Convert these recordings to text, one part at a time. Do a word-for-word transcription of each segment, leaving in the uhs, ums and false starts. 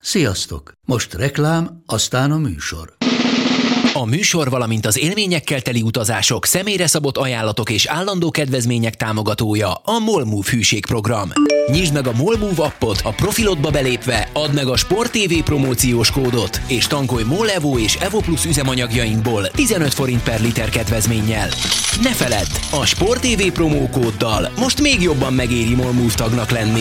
Sziasztok! Most reklám, aztán a műsor. A műsor, valamint az élményekkel teli utazások, személyre szabott ajánlatok és állandó kedvezmények támogatója a MOLMOVE hűségprogram. Nyisd meg a MOLMOVE appot, a profilodba belépve add meg a Sport té vé promóciós kódot, és tankolj MOL Evo és Evo Plus üzemanyagjainkból tizenöt forint per liter kedvezménnyel. Ne feledd, a Sport té vé promókóddal most még jobban megéri MOLMOVE tagnak lenni.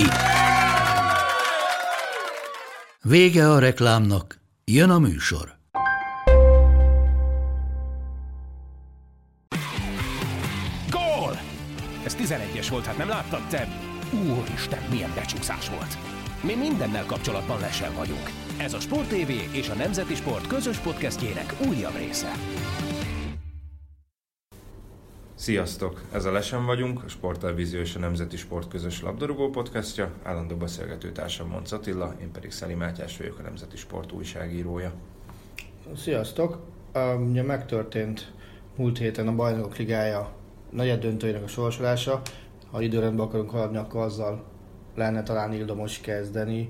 Vége a reklámnak, jön a műsor. Gól! Ez tizenegyes volt, hát nem láttad te? Úristen, milyen becsúszás volt! Mi mindennel kapcsolatban lesen vagyunk. Ez a Sport té vé és a Nemzeti Sport közös podcastjének újabb része. Sziasztok! Ez a Lesen vagyunk, a Sporttelevízió és a Nemzeti Sport közös labdarúgó podcastja. Állandó beszélgető társam Monc Attila, én pedig Szeli Mátyás vagyok, a Nemzeti Sport újságírója. Sziasztok! Ugye megtörtént múlt héten a Bajnokok Ligája negyeddöntőjének a sorsolása. Ha időrendben akarunk haladni, akkor azzal lenne talán ildomos kezdeni.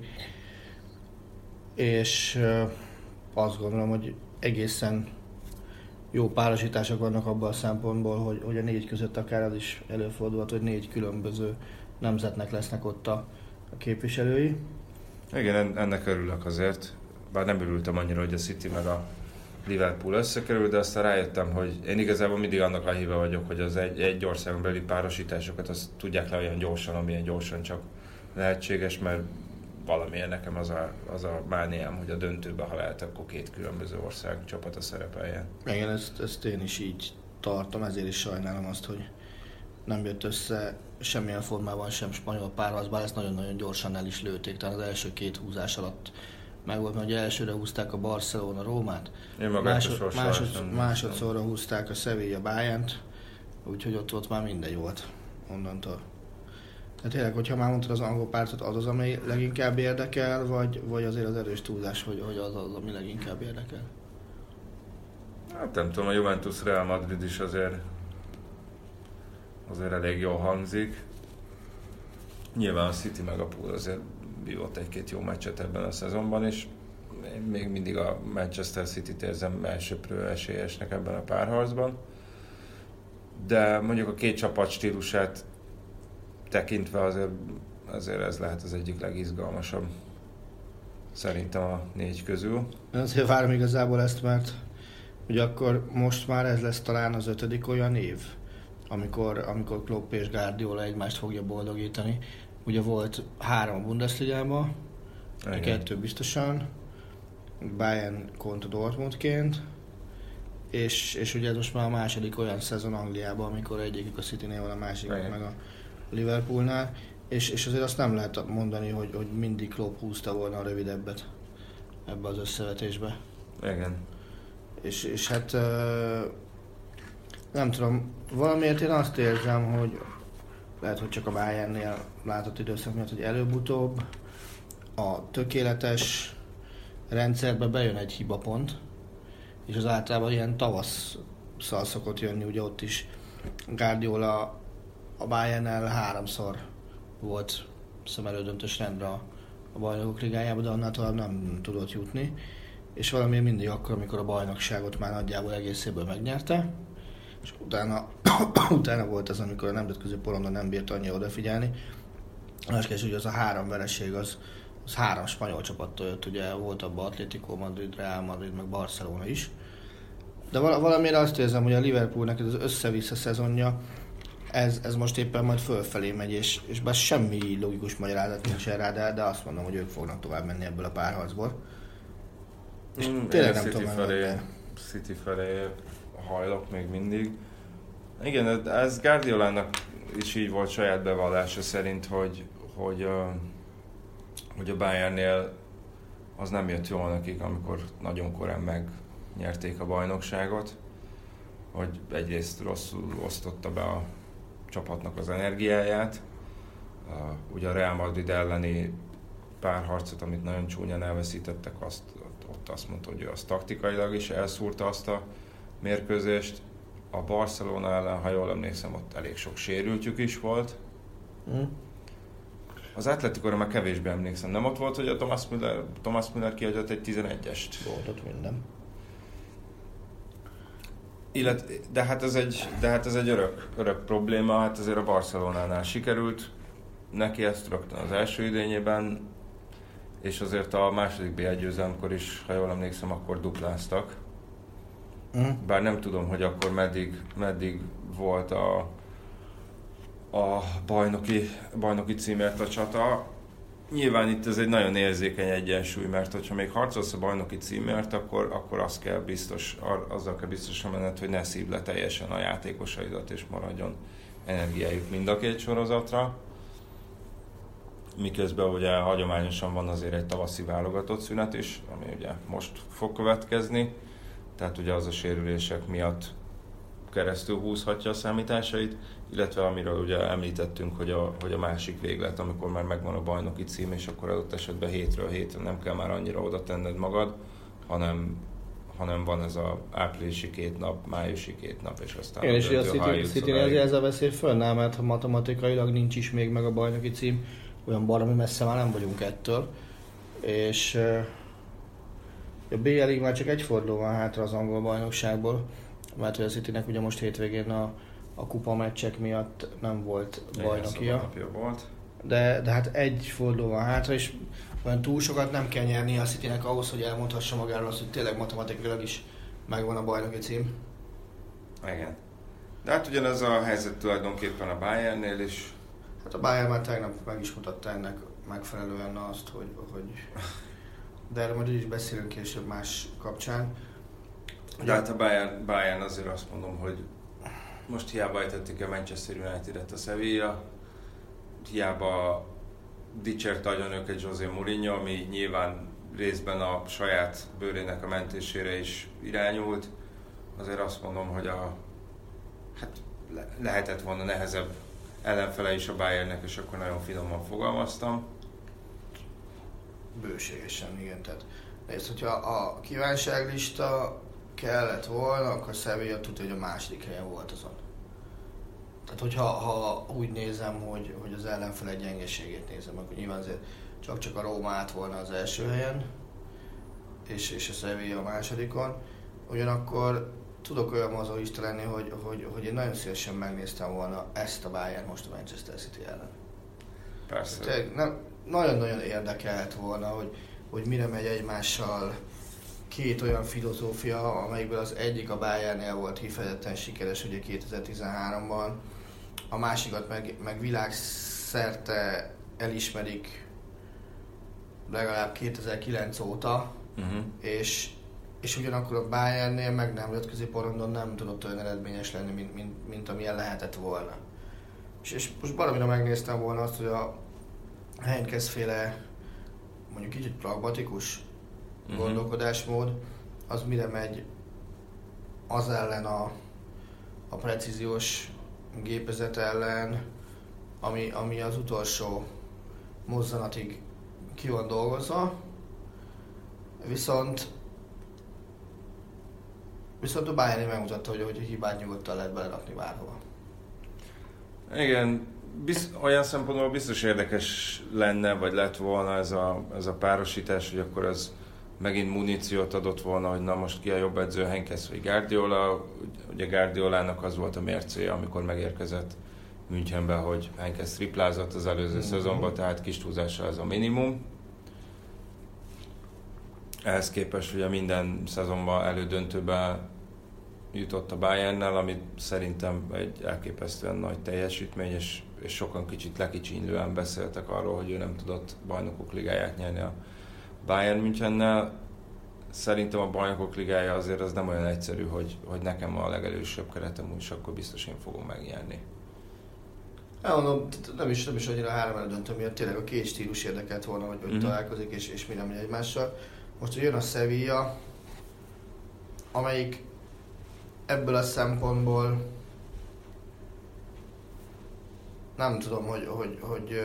És azt gondolom, hogy egészen jó párosítások vannak abban a szempontból, hogy, hogy a négy között akár az is előfordulhat, hogy négy különböző nemzetnek lesznek ott a, a képviselői. Igen, ennek örülök azért, bár nem örültem annyira, hogy a City meg a Liverpool összekerül, de aztán rájöttem, hogy én igazából mindig annak a híve vagyok, hogy az egy, egy országon belüli párosításokat azt tudják le olyan gyorsan, amilyen gyorsan csak lehetséges, mert valamilyen nekem az a, az a mániám, hogy a döntőben, ha lehet, akkor két különböző ország csapata szerepeljen. Igen, ezt, ezt én is így tartom, ezért is sajnálom azt, hogy nem jött össze semmilyen formában sem spanyol párharc, bár ezt nagyon-nagyon gyorsan el is lőtték, talán az első két húzás alatt meg volt, mert ugye elsőre húzták a Barcelona Rómát, Másod, másod, másodszorra húzták a Sevilla Bayernt, úgyhogy ott, ott már mindegy volt onnantól. Tehát tényleg, hogyha már mondtad az angol pártot, az az, ami leginkább érdekel, vagy, vagy azért az erős túlzás, hogy, hogy az az, ami leginkább érdekel? Hát nem tudom, a Juventus Real Madrid is azért, azért elég jól hangzik. Nyilván a City meg a Pool azért bívott egy-két jó meccset ebben a szezonban, és én még mindig a Manchester Cityt érzem elsőprő esélyesnek ebben a párharcban. De mondjuk a két csapat stílusát tekintve azért, azért ez lehet az egyik legizgalmasabb szerintem a négy közül. Én azért várom igazából ezt, mert ugye akkor most már ez lesz talán az ötödik olyan év, amikor, amikor Klopp és Guardiola egymást fogja boldogítani. Ugye volt három a Bundesligában, kettő biztosan, Bayern kontra Dortmundként, és, és ugye ez most már a második olyan szezon Angliában, amikor egyikük a Citynél van, a másik meg a Liverpoolnál, és, és azért azt nem lehet mondani, hogy, hogy mindig Klopp húzta volna a rövidebbet ebbe az összevetésbe. Igen. És, és hát nem tudom, valamiért én azt érzem, hogy lehet, hogy csak a Bayernnél látott időszak miatt, hogy előbb-utóbb a tökéletes rendszerbe bejön egy hibapont, és az általában ilyen tavasszal szokott jönni, ugye ott is Guardiola a Bayernnel háromszor volt szemelődöntős rendre a, a Bajnokok Ligájában, de annál tovább nem tudott jutni. És valami mindig akkor, amikor a bajnokságot már nagyjából egészéből megnyerte, és utána, utána volt az, amikor a nemzetközi porondon nem bírt annyira odafigyelni. Most kérdés, hogy az a három vereség, az, az három spanyol csapattól jött, ugye volt abban Atlético Madrid, Real Madrid, meg Barcelona is. De valamiért azt érzem, hogy a Liverpoolnak ez az össze-vissza szezonja, Ez, ez most éppen majd fölfelé megy, és, és bár semmi logikus magyarázat nincs rá, de, de azt mondom, hogy ők fognak tovább menni ebből a párharcból. És mm, tényleg nem City tudom, felé, hogy City felé hajlok még mindig. Igen, ez Guardiolának is így volt saját bevallása szerint, hogy, hogy, a, hogy a Bayernnél az nem jött jól nekik, amikor nagyon korán megnyerték a bajnokságot, hogy egyrészt rosszul osztotta be a csapatnak az energiáját. Uh, ugye a Real Madrid elleni párharcot, amit nagyon csúnyán elveszítettek, azt, ott azt mondta, hogy ő az taktikailag is elszúrta azt a mérkőzést. A Barcelona ellen, ha jól emlékszem, ott elég sok sérültjük is volt. Mm. Az Atleticóra már kevésbé emlékszem. Nem ott volt, hogy a Thomas Müller, Thomas Müller kiadott egy tizenegyest? Volt ott minden. Illet, de hát ez egy, de hát ez egy örök, örök probléma, hát azért a Barcelonánál sikerült neki ezt rögtön az első idényében, és azért a második bé egy győzelemkor is, ha jól emlékszem, akkor dupláztak. Mm. Bár nem tudom, hogy akkor meddig, meddig volt a, a bajnoki, bajnoki címért a csata. Nyilván itt ez egy nagyon érzékeny egyensúly, mert hogyha még harcolsz a bajnoki címért, akkor, akkor az kell biztos, azzal kell biztosan menned, hogy ne szívd le teljesen a játékosaidat, és maradjon energiájuk mind a két sorozatra. Miközben ugye hagyományosan van azért egy tavaszi válogatott szünet is, ami ugye most fog következni, tehát ugye az a sérülések miatt keresztül húzhatja a számításait, illetve amiről ugye említettünk, hogy a, hogy a másik véglet, amikor már megvan a bajnoki cím, és akkor adott esetben hétről hétre nem kell már annyira oda tenned magad, hanem, hanem van ez az áprilisi két nap, májusi két nap, és aztán én is, a City ezért a veszély fönnáll, mert matematikailag nincs is még meg a bajnoki cím, olyan baromi messze már nem vagyunk ettől, és a bé el-ig már csak egy forduló van hátra az angol bajnokságból, mert hogy a Citynek ugye most hétvégén a, a kupa meccsek miatt nem volt bajnokia. Volt. De, de hát egy forduló van hátra, és olyan túl sokat nem kell nyerni a Citynek ahhoz, hogy elmondhassa magáról azt, hogy tényleg matematikailag is megvan a bajnoki cím. Igen. De hát ugyanez a helyzet tulajdonképpen a Bayernnél is. Hát a Bayern már tegnap meg is mutatta ennek megfelelően azt, hogy, hogy de erről majd is beszélünk később más kapcsán. De hát a Bayern, Bayern azért azt mondom, hogy most hiába ejtették a Manchester United-et a Sevilla, hiába dicsért agyon őket José Mourinho, ami nyilván részben a saját bőrének a mentésére is irányult, azért azt mondom, hogy a, hát le, lehetett volna nehezebb ellenfele is a Bayernnek, és akkor nagyon finoman fogalmaztam. Bőségesen, igen. Tehát nézd, hogyha a kívánságlista kellett volna, akkor Sevilla tudja, hogy a második helyen volt azon. Tehát hogyha ha úgy nézem, hogy, hogy az ellenfele gyengeségét nézem, akkor nyilván azért csak-csak a Róma állt volna az első helyen, és, és a Sevilla a másodikon. Ugyanakkor tudok olyan mazochista lenni, hogy, hogy, hogy én nagyon szívesen megnéztem volna ezt a Bayern most a Manchester City ellen. Persze. Tehát, nem, nagyon-nagyon érdekelt volna, hogy, hogy mire megy egymással két olyan filozófia, amelyikből az egyik a Bayernnél volt kifejezetten sikeres ugye kétezer-tizenháromban, a másikat meg, meg világszerte elismerik legalább kétezer-kilenc óta, uh-huh. és, és ugyanakkor a Bayernnél meg nemzetközi porondon nem tudott olyan eredményes lenni, mint, mint, mint amilyen lehetett volna. És, és most baromira megnéztem volna azt, hogy a Heinkes-féle mondjuk kicsit pragmatikus uh-huh. gondolkodásmód, az mire megy az ellen a, a precíziós gépezet ellen, ami, ami az utolsó mozzanatig ki van dolgozva, viszont viszont a Bayern megmutatta, hogy, hogy a hibát nyugodtan lehet belerakni bárhova. Igen, biz, olyan szempontból biztos érdekes lenne, vagy lett volna ez a, ez a párosítás, hogy akkor ez megint muníciót adott volna, hogy na most ki a jobb edző, Heinkes vagy Guardiola. Ugye Guardiolának az volt a mércéje, amikor megérkezett Münchenbe, hogy Heinkes triplázott az előző mm-hmm. szezonban, tehát kis túlzással ez a minimum. Ehhez képest ugye minden szezonban elődöntőben jutott a Bayernnel, ami szerintem egy elképesztően nagy teljesítmény, és, és sokan kicsit lekicsinylően beszéltek arról, hogy ő nem tudott bajnokok ligáját nyerni a Bayern Münchennel. Szerintem a bajnokok ligája azért az nem olyan egyszerű, hogy, hogy nekem a legelősebb keretem, úgyis akkor biztos én fogom megnyerni. Elmondom, nem is, nem is annyira három elődöntő miatt, tényleg a két stílus érdekelt volna, hogy, hogy mm-hmm. találkozik, és, és mire megy egymással. Most jön a Sevilla, amelyik ebből a szempontból nem tudom, hogy, hogy, hogy,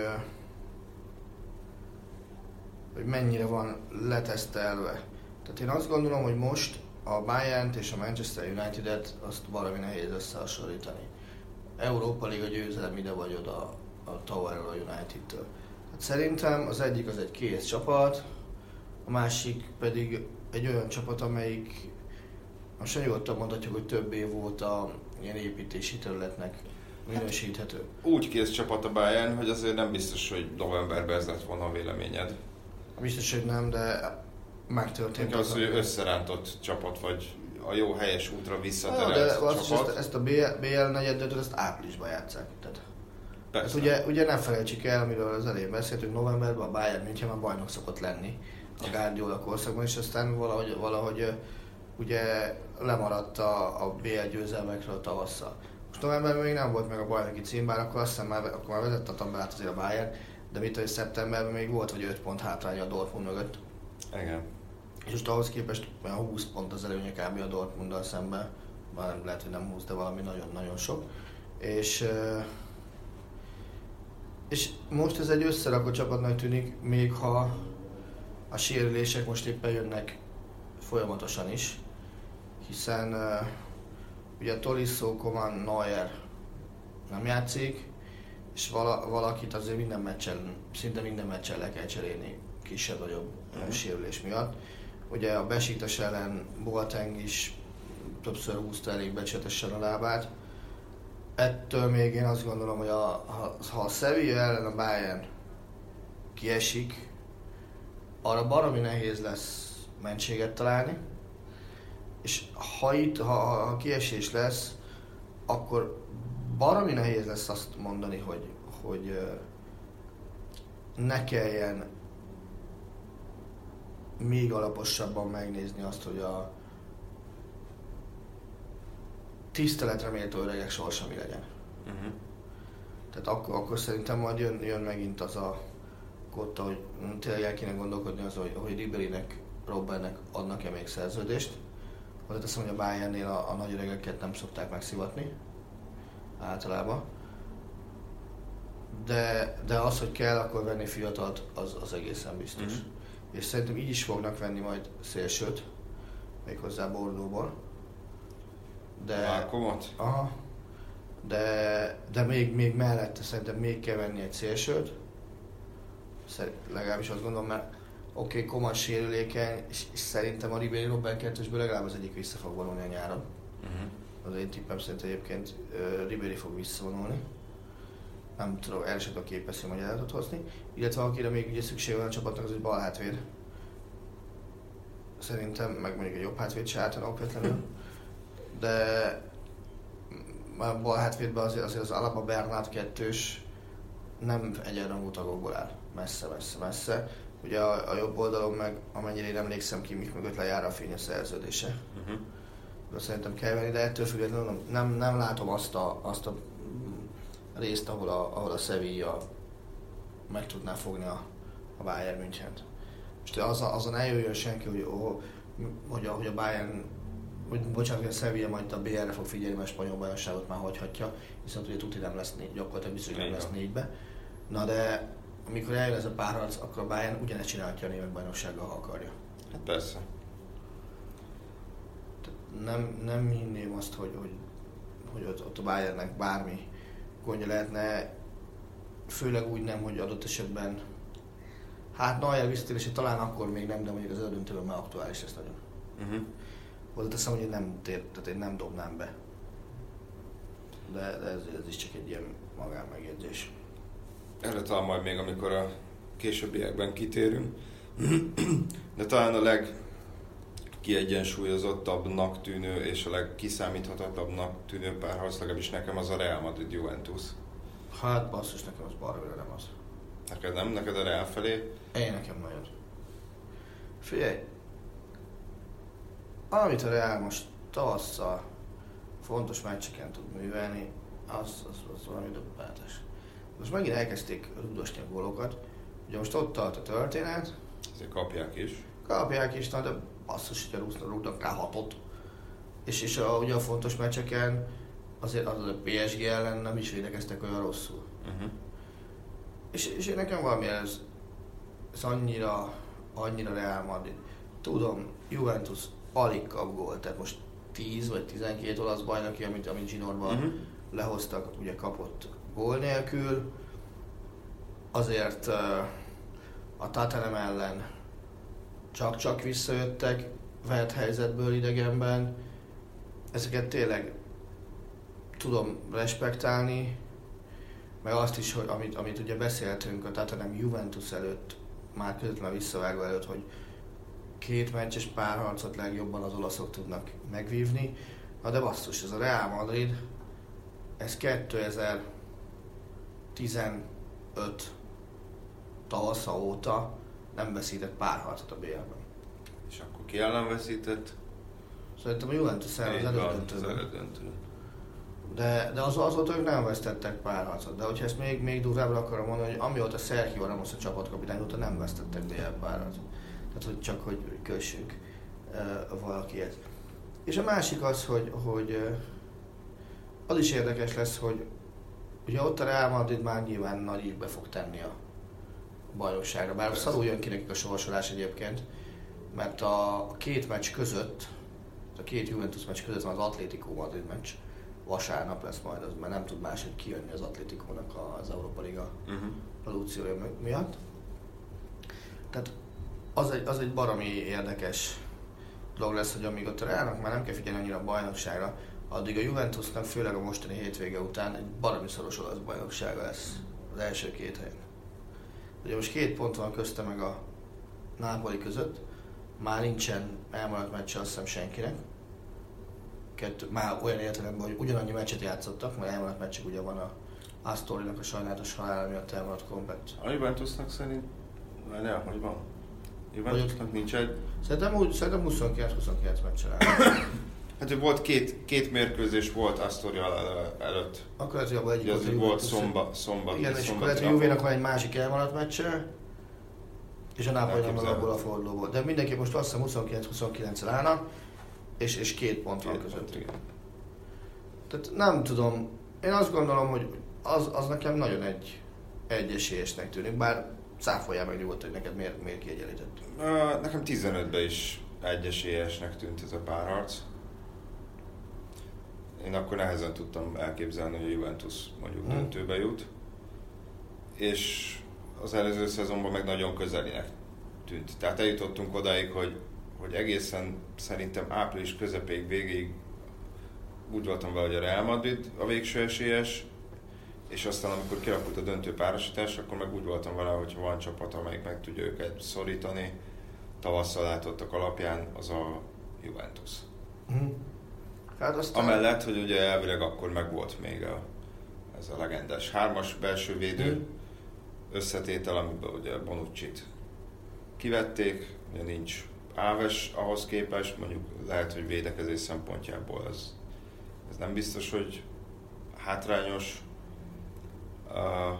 hogy mennyire van letesztelve. Tehát én azt gondolom, hogy most a Bayernt és a Manchester United-et azt valami nehéz összehasonlítani. Európa Liga győzelem ide vagy oda a Towerről a United-től. Szerintem az egyik az egy kész csapat, a másik pedig egy olyan csapat, amelyik most nyugodtan mondhatjuk, hogy több év óta ilyen építési területnek minősíthető. Úgy kész csapat a Bayern, hogy azért nem biztos, hogy novemberben ez lett volna a véleményed. Biztos, hogy nem, de megtörtént. Az, hogy összerántott csapat, vagy a jó helyes útra visszaterelt ja, de csapat. Ezt, ezt a bé el negyedet, ezt áprilisban játsszák. Tehát, hát ugye, ugye ne felejtsük el, amiről az elején beszéltünk, novemberben a Bayern München már bajnok szokott lenni a Guardiola korszakban, és aztán valahogy, valahogy ugye lemaradt a, a bé el győzelmekről a tavasszal. Most novemberben még nem volt meg a bajnoki cím, bár akkor azt hiszem már, akkor már vezette a tabellát azért a Bayern, de mit, hogy szeptemberben még volt, vagy öt pont hátránya a Dortmund mögött. Igen. És most ahhoz képest olyan húsz pont az előnye kb. A Dortmunddal szemben, már lehet, hogy nem húsz, de valami nagyon-nagyon sok. És, és most ez egy összerakott csapatnak tűnik, még ha a sérülések most éppen jönnek folyamatosan is, hiszen uh, ugye Tolisso, Coman, Neuer nem játszik, és vala, valakit azért minden meccsen, szinte minden meccsen le kell cserélni kisebb-nagyobb mm. sérülés miatt. Ugye a Besiktas ellen Boateng is többször húzta elég becsetesen a lábát. Ettől még én azt gondolom, hogy a, ha, ha a Sevilla ellen a Bayern kiesik, arra baromi nehéz lesz mentséget találni. És ha itt, ha, ha kiesés lesz, akkor baromi nehéz lesz azt mondani, hogy, hogy ne kelljen még alaposabban megnézni azt, hogy a tiszteletre méltó öregek sorsa mi legyen. Uh-huh. Tehát akkor, akkor szerintem majd jön, jön megint az a kotta, hogy tényleg el kéne gondolkodni az, hogy, hogy Ribérynek, Robbennek adnak-e még szerződést. Azért azt mondom, hogy a Bayernnél a, a nagy öregeket nem szokták megszivatni általában. De, de az, hogy kell akkor venni fiatalt, az, az egészen biztos. Mm-hmm. És szerintem így is fognak venni majd szélsőt, méghozzá Bordeauxból. De, Márkomot? Aha. De, de még, még mellette szerintem még kell venni egy szélsőt. Szerint, legalábbis azt gondolom, mert oké, okay, Coman sérülékeny, és, és szerintem a Ribéry Robben kettősből legalább az egyik vissza fog vonulni a nyáron. Uh-huh. Az én tippem szerint egyébként uh, Ribéry fog visszavonulni. Nem tudom, el sem tudok képeszű magyarázatot hozni. Illetve akire még ugye szükség van a csapatnak, az egy bal hátvéd. Szerintem, meg mondjuk egy jobb hátvéd se általán okvetlenül. De a bal hátvédben azért, azért az Alaba Bernát kettős nem egyenrangú tagokból áll. Messze, messze, messze. Ugye a, a jobb oldalon meg, amennyire én emlékszem ki, Mik mögött lejár a fény a szerződése. Uh-huh. Szerintem kell venni, de ettől függetlenül nem, nem látom azt a, azt a részt, ahol a, ahol a Sevilla meg tudná fogni a, a Bayern Münchent. Most az a, azon eljöjjön senki, hogy, oh, hogy, a, hogy a Bayern, hogy bocsánat, hogy a Sevilla majd a bé el-re fog figyelni, mert a spanyol bajnokságot már hagyhatja, viszont ugye tuti nem lesz négy, gyakorlatilag biztos, hogy nem lesz négybe. Na de amikor eljön ez a párharc, akkor a Bayern ugyanezt csinálhatja a német bajnoksággal, ha akarja. Hát persze. Nem, nem hinném azt, hogy, hogy, hogy ott, ott a Bayernnek bármi gondja lehetne, főleg úgy nem, hogy adott esetben, hát Neuer visszatérése talán akkor még nem, de mondjuk az eldöntőben már aktuális lesz nagyon. Uh-huh. Hozzáteszem, hogy én nem, tér, tehát én nem dobnám be. De, de ez, ez is csak egy ilyen magánmegjegyzés. Erre talán majd még, amikor a későbbiekben kitérünk. De talán a legkiegyensúlyozottabbnak tűnő és a legkiszámíthatatlanabbnak tűnő párharc, legalábbis nekem az a Real Madrid Juventus. Hát basszus, nekem az baromira nem az. Neked nem? Neked a Real felé? Én nekem nagyon. Figyelj! Amit a Real most tavasszal fontos meccseken tud művelni, az, az, az valami döbbenetes. Most megint elkezdték rúdosni a gólokat. Ugye most ott tart a történet. Ezért kapják is. Kapják is, de basszus, hogy a rúdnak rá hatot. És, és a, ugye a fontos meccseken azért az a pé es gé ellen nem is védekeztek olyan rosszul. Uh-huh. És, és én nekem valami ez, ez annyira, annyira Real Madrid. Tudom, Juventus alig kap gólt, tehát most tíz vagy tizenkét olasz bajnoki, amit, amit Ginorban uh-huh. lehoztak, ugye kapott gól nélkül. azért a Tottenham ellen csak-csak visszajöttek vert helyzetből idegenben. Ezeket tényleg tudom respektálni, meg azt is, hogy amit, amit ugye beszéltünk a Tottenham Juventus előtt, már közvetlenül visszavágó előtt, hogy két meccses párharcot legjobban az olaszok tudnak megvívni. Na de basszus, ez a Real Madrid, ez kétezer-tizenöt tavasza óta nem veszített párharcot a bé el-ben. És akkor ki ellen veszített? Szerintem a Juventus ellen az elődöntőben. De, de az, azóta ők nem vesztettek párharcot. De hogyha ezt még, még durvábbra akarom mondani, hogy amióta Sergio Ramos a csapatkapitány óta nem vesztettek bé el párharcot. Tehát, hogy csak hogy kössünk uh, valakihez. És a másik az, hogy, hogy uh, az is érdekes lesz, hogy ugye ott a Real Madrid már nyilván nagy ívbe fog tenni a bajnokságra. Bár szarul jön ki nekik a sorsolás egyébként, mert a két meccs között, a két Juventus meccs között van az Atlético Madrid meccs. Vasárnap lesz majd, az, mert nem tud máshogy kijönni az Atlétikónak az Európa Liga uh-huh. produkciója miatt. Tehát az egy, az egy baromi érdekes dolog lesz, hogy amíg ott a Realnak már nem kell figyelni annyira a bajnokságra, addig a Juventusnak, főleg a mostani hétvége után egy baromi szoros olasz bajnoksága lesz az első két helyen. Ugye most két pont van közte meg a Napoli között, már nincsen elmaradt meccse azt hiszem senkinek. Kettő, már olyan értelemben, hogy ugyanannyi meccset játszottak, mert elmaradt meccsek ugye van a Astorinak a sajnálatos halála miatt elmaradt komplet. A Juventusnak szerint, vagy ne, hogy van? Juventusnak nincs egy... Szerintem, úgy, szerintem huszonkilenc-huszonkilenc meccsel áll. Hát volt két, két mérkőzés volt Astoria előtt. Akkor lehet, hogy abban egyik volt, volt szomba, szombat. Igen, és akkor lehet, hogy Juvénak van egy másik elmaradt meccse, és a Napoli nem abból a fordulóból. De mindenki most azt hiszem huszonkilenc-huszonkilenccel állnak, és, és két pont van között. Igen. Tehát nem tudom, én azt gondolom, hogy az, az nekem nagyon egy egyesélyesnek tűnik, bár cáfoljál meg nyugodt, hogy neked miért, miért kiegyenlített. Uh, nekem tizenötben is egyesélyesnek tűnt ez a párharc. Én akkor nehezen tudtam elképzelni, hogy a Juventus mondjuk hmm. döntőbe jut. És az előző szezonban meg nagyon közelinek tűnt. Tehát eljutottunk odáig, hogy, hogy egészen szerintem április közepéig, végéig úgy voltam vele, hogy a Real Madrid a végső esélyes, és aztán amikor kialakult a döntő párosítás, akkor meg úgy voltam vele, hogy van csapat, amelyik meg tudja őket szorítani, tavasszal látottak alapján, az a Juventus. Mm. Hát aztán... Amellett, hogy ugye elvileg akkor meg volt még a, ez a legendás hármas belső védő mm. összetétel, amiben ugye Bonucci-t kivették, ugye nincs Áves ahhoz képest, mondjuk lehet, hogy védekezés szempontjából ez, ez nem biztos, hogy hátrányos. Uh,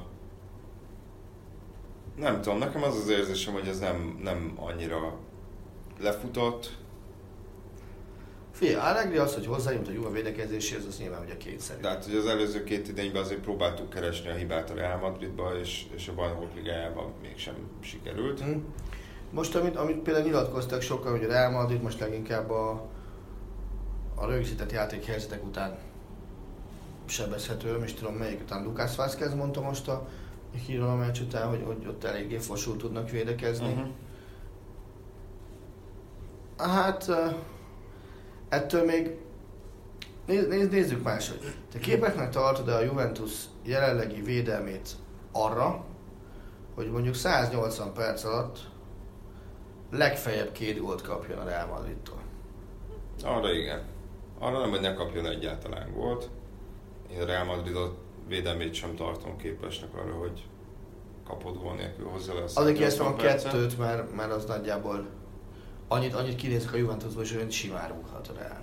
nem tudom, nekem az az érzésem, hogy ez nem, nem annyira lefutott. Figyelj, Allegri az, hogy hozzájött a Juve védekezéséhez, az nyilván ugye kényszerű. De hát, hogy az előző két idényben azért próbáltuk keresni a hibát a Real Madridba, és, és a Bajnokok Ligájában mégsem sikerült. Hmm. Most, amit, amit például nyilatkoztak sokan, hogy a Real Madrid most leginkább a, a rögzített játékhelyzetek után sebezhető, nem is tudom melyik után, Lucas Vázquez mondta most a híron a meccs után, hogy, hogy ott eléggé fosul tudnak védekezni. Uh-huh. Hát ettől még néz, néz, nézzük máshogy. Te képesnek tartod a Juventus jelenlegi védelmét arra, hogy mondjuk száznyolcvan perc alatt legfeljebb két gólt kapjon a Real Madridtól? Arra igen. Arra nem, hogy ne kapjon egyáltalán gólt. Én a Real Madridot védelmét sem tartom képesnek arra, hogy kapott gól nélkül hozzá lesz. Azért kiesztem a kettőt, mert, mert az nagyjából annyit, annyit kinézek a Juventusból, és olyan simán rúghat a Realnak.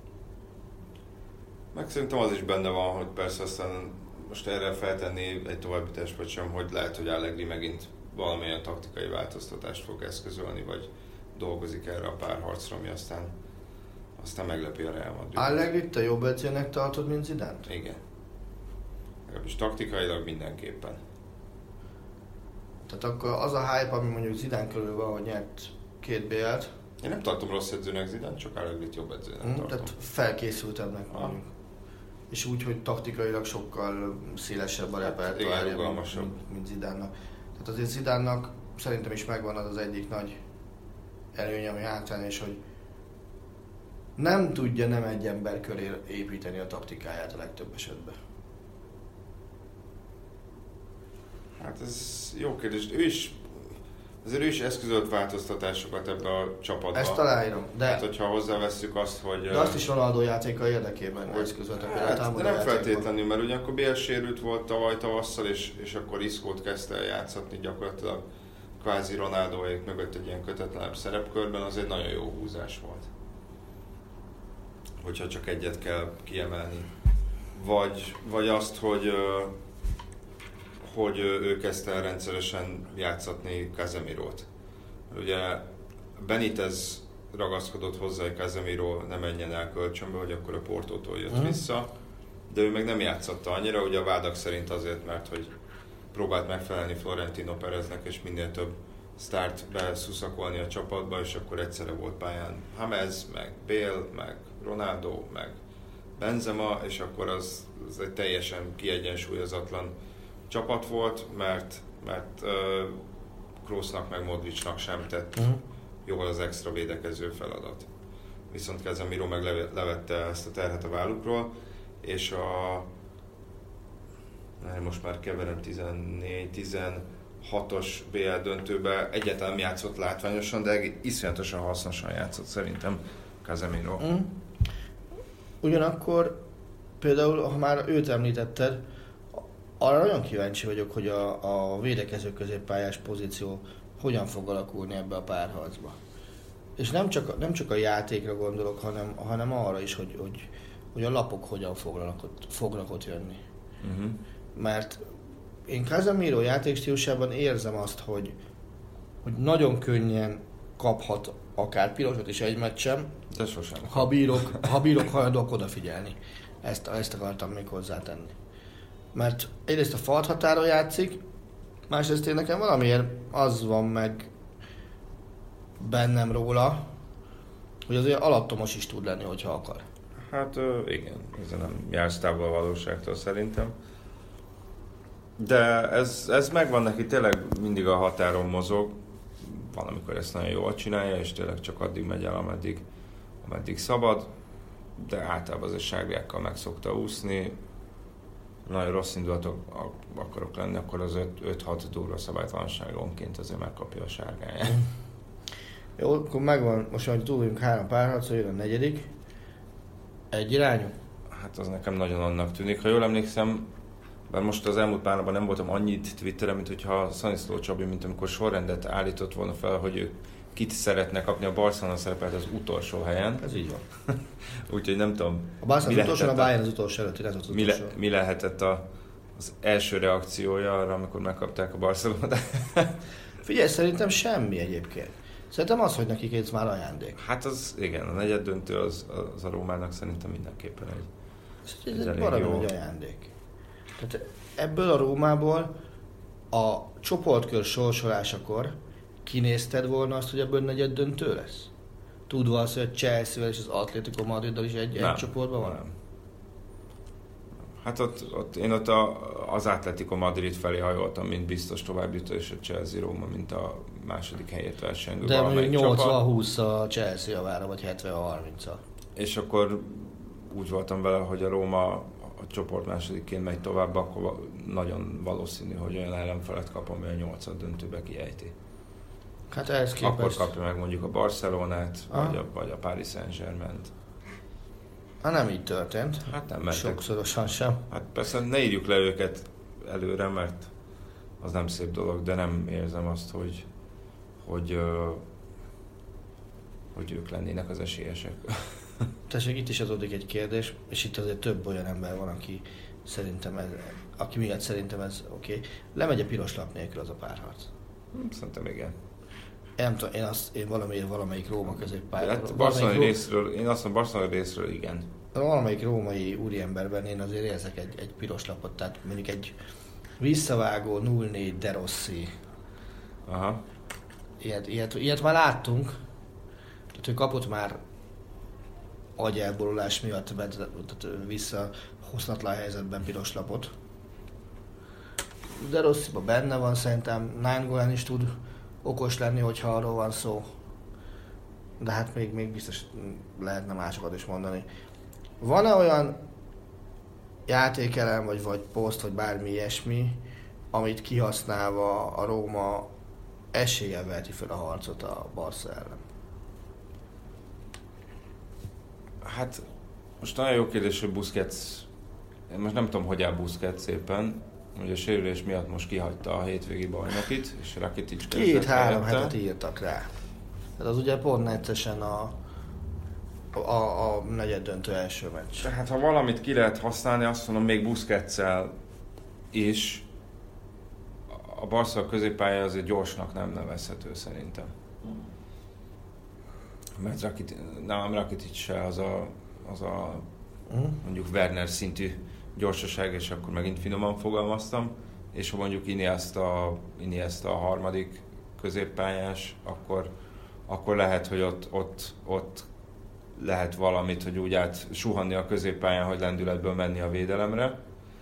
Meg szerintem az is benne van, hogy persze aztán most erre feltenni egy továbbítást vagy sem, hogy lehet, hogy Allegri megint valamilyen taktikai változtatást fog eszközölni, vagy dolgozik erre a párharcra, ami aztán, aztán meglepi a Real Madrid. Allegrit te jobb edzőnek tartod, mint Zidane-t? Igen. Legalábbis taktikailag mindenképpen. Tehát akkor az a hype, ami mondjuk Zidane körül van, hogy nyert két bé el-t. Én nem tartom rossz edzőnek Zidane, csak Allegrit jobb edzőnek hmm, tartom. Tehát felkészültebbnek mondjuk. És úgy, hogy taktikailag sokkal szélesebb a repertoárja, mint, mint Zidane-nak. Tehát azért Zidane-nak szerintem is megvan az az egyik nagy előnye, ami hátrány, és hogy nem tudja nem egy ember köré építeni a taktikáját a legtöbb esetben. Hát ez jó kérdés. Ő is, azért ő is eszközölt változtatásokat ebbe a csapatba. Ezt aláírom, de... Hát, hogyha hozzávesszük azt, hogy... De azt is Ronaldo játéka érdekében eszközöltek. Hát, de nem feltétlenül, mert ugyanakkor Bale sérült volt tavaly tavasszal, és, és akkor Iscót kezdte el játszatni gyakorlatilag kvázi Ronaldoék mögött egy ilyen kötetlenebb szerepkörben, az egy nagyon jó húzás volt. Hogyha csak egyet kell kiemelni. Vagy, vagy azt, hogy, hogy ő kezdte el rendszeresen játszatni Casemirót. Ugye Benitez ragaszkodott hozzá, hogy Casemiro ne menjen el kölcsönbe, hogy akkor a Portótól jött hmm. vissza, de ő meg nem játszotta annyira, ugye a vádak szerint azért, mert hogy próbált megfelelni Florentino Pereznek, és minél több sztárt beszuszakolni a csapatba, és akkor egyszerre volt pályán James, meg Bale, meg Ronaldo, meg Benzema, és akkor az, az egy teljesen kiegyensúlyozatlan csapat volt, mert, mert uh, Kroosnak meg Modricnak sem tett uh-huh. jól az extra védekező feladat. Viszont Casemiro meg levette ezt a terhet a vállukról, és a most már keverem tizennégy tizenhatos bé el döntőbe egyáltalán játszott látványosan, de iszonyatosan hasznosan játszott szerintem Casemiro. Mm. Ugyanakkor például, ha már őt említetted, arra nagyon kíváncsi vagyok, hogy a, a védekező középpályás pozíció hogyan fog alakulni ebbe a párharcba. És nem csak, nem csak a játékra gondolok, hanem, hanem arra is, hogy, hogy, hogy a lapok hogyan fognak ott, fognak ott jönni. Uh-huh. Mert én Casemiro játékstílusában érzem azt, hogy, hogy nagyon könnyen kaphat akár pirosot is egy meccsem, de sosem. Ha bírok, ha bírok hajlandók odafigyelni. Ezt, ezt akartam még hozzátenni. Mert egyrészt a falt határon játszik, másrészt én nekem valamiért az van meg bennem róla, hogy azért alattomos is tud lenni, hogyha akar. Hát igen, ez nem jársz távol a valóságtól szerintem. De ez, ez megvan neki, tényleg mindig a határon mozog. Van, amikor ezt nagyon jól csinálja, és tényleg csak addig megy el, ameddig, ameddig szabad. De általában azért sárgákkal meg szokta úszni. Nagyon rossz indulatok akarok lenni, akkor az öt-hat durva szabálytalanságonként azért megkapja a sárgáját. Jó, akkor megvan, most már túl vagyunk három párharcra, jön a negyedik. Egy irányú? Hát az nekem nagyon annak tűnik. Ha jól emlékszem, bár most az elmúlt pár napban nem voltam annyit Twitteren, mint hogyha Szaniszló Csabi, mint amikor sorrendet állított volna fel, hogy ők kit szeretne kapni. A Barcelona szerepelt az utolsó helyen. Ez így van. Úgyhogy nem tudom. A Barcelona az utolsó, a Bayern az utolsó előtt, ez az utolsó. Mi, le, mi lehetett a, az első reakciója arra, amikor megkapták a Barcelonát? Figyelj, szerintem semmi egyébként. Szerintem az, hogy nekik ez már ajándék. Hát az, igen, a negyed döntő az, az a Rómának szerintem mindenképpen egy, ez egy, egy valami egy ajándék. Tehát ebből a Rómából a csoportkör sorsolásakor kinézted volna azt, hogy ebből negyed döntő lesz? Tudva azt, hogy a Chelsea-vel és az Atlético Madriddal is egy, egy csoportban van? Nem. Hát ott, ott, én ott a, az Atlético Madrid felé hajoltam, mint biztos továbbjutó, és a Chelsea-Róma, mint a második helyért versengő. De mondjuk nyolcvan húsz a Chelsea javára, vagy hetven harminc. És akkor úgy voltam vele, hogy a Róma a csoport másodikként megy tovább, akkor nagyon valószínű, hogy olyan ellenfelet kap, ami a nyolcad döntőbe kiejti. Hát ehhez képest... Akkor kapja meg mondjuk a Barcelonát, vagy a, vagy a Paris Saint-Germaint. Hát nem így történt. Hát nem mentek. Sokszorosan sem. Hát persze ne írjuk le őket előre, mert az nem szép dolog, de nem érzem azt, hogy, hogy, hogy ők lennének az esélyesek. Tessék, itt is adódik egy kérdés, és itt azért több olyan ember van, aki szerintem ez, aki miatt szerintem ez oké. Okay. Lemegy a piros lap nélkül az a párharc? Szerintem igen. Én nem tudom, én, azt, én valamiért valamelyik Róma középpályáról... Hát Barcelona részről, én azt mondom, Barcelona részről igen. Valamelyik római úriemberben én azért érzek egy, egy piros lapot, tehát mondjuk egy visszavágó nulla négy De Rossi. Aha. Ilyet, ilyet, ilyet már láttunk. Tehát ő kapott már agyelborulás miatt visszahozatlan helyzetben piros lapot. De Rossiban benne van, szerintem Nainggolan is tud okos lenni, hogyha arról van szó. De hát még, még biztos lehetne másokat is mondani. Van-e olyan játékelem, vagy, vagy poszt, vagy bármi ilyesmi, amit kihasználva a Róma eséllyel veheti fel a harcot a Barca ellen? Hát most nagyon jó kérdés, hogy Busquets, én most nem tudom, hogy áll Busquets szépen, ugye a sérülés miatt most kihagyta a hétvégi bajnokit, és Rakitic kezdett Két-három helyette. hetet írtak rá. Tehát az ugye pont neccesen a, a, a negyed döntő első meccs. Tehát ha valamit ki lehet használni, azt mondom, még Busquetszel is a Barca középpálya azért gyorsnak nem nevezhető szerintem. Mert Rakitic, nem Rakitic se az a, az a mondjuk Werner szintű gyorsaság, és akkor megint finoman fogalmaztam, és ha mondjuk Iniesta, Iniesta a harmadik középpályás, akkor, akkor lehet, hogy ott, ott, ott lehet valamit, hogy úgy át suhanni a középpályán, hogy lendületből menni a védelemre.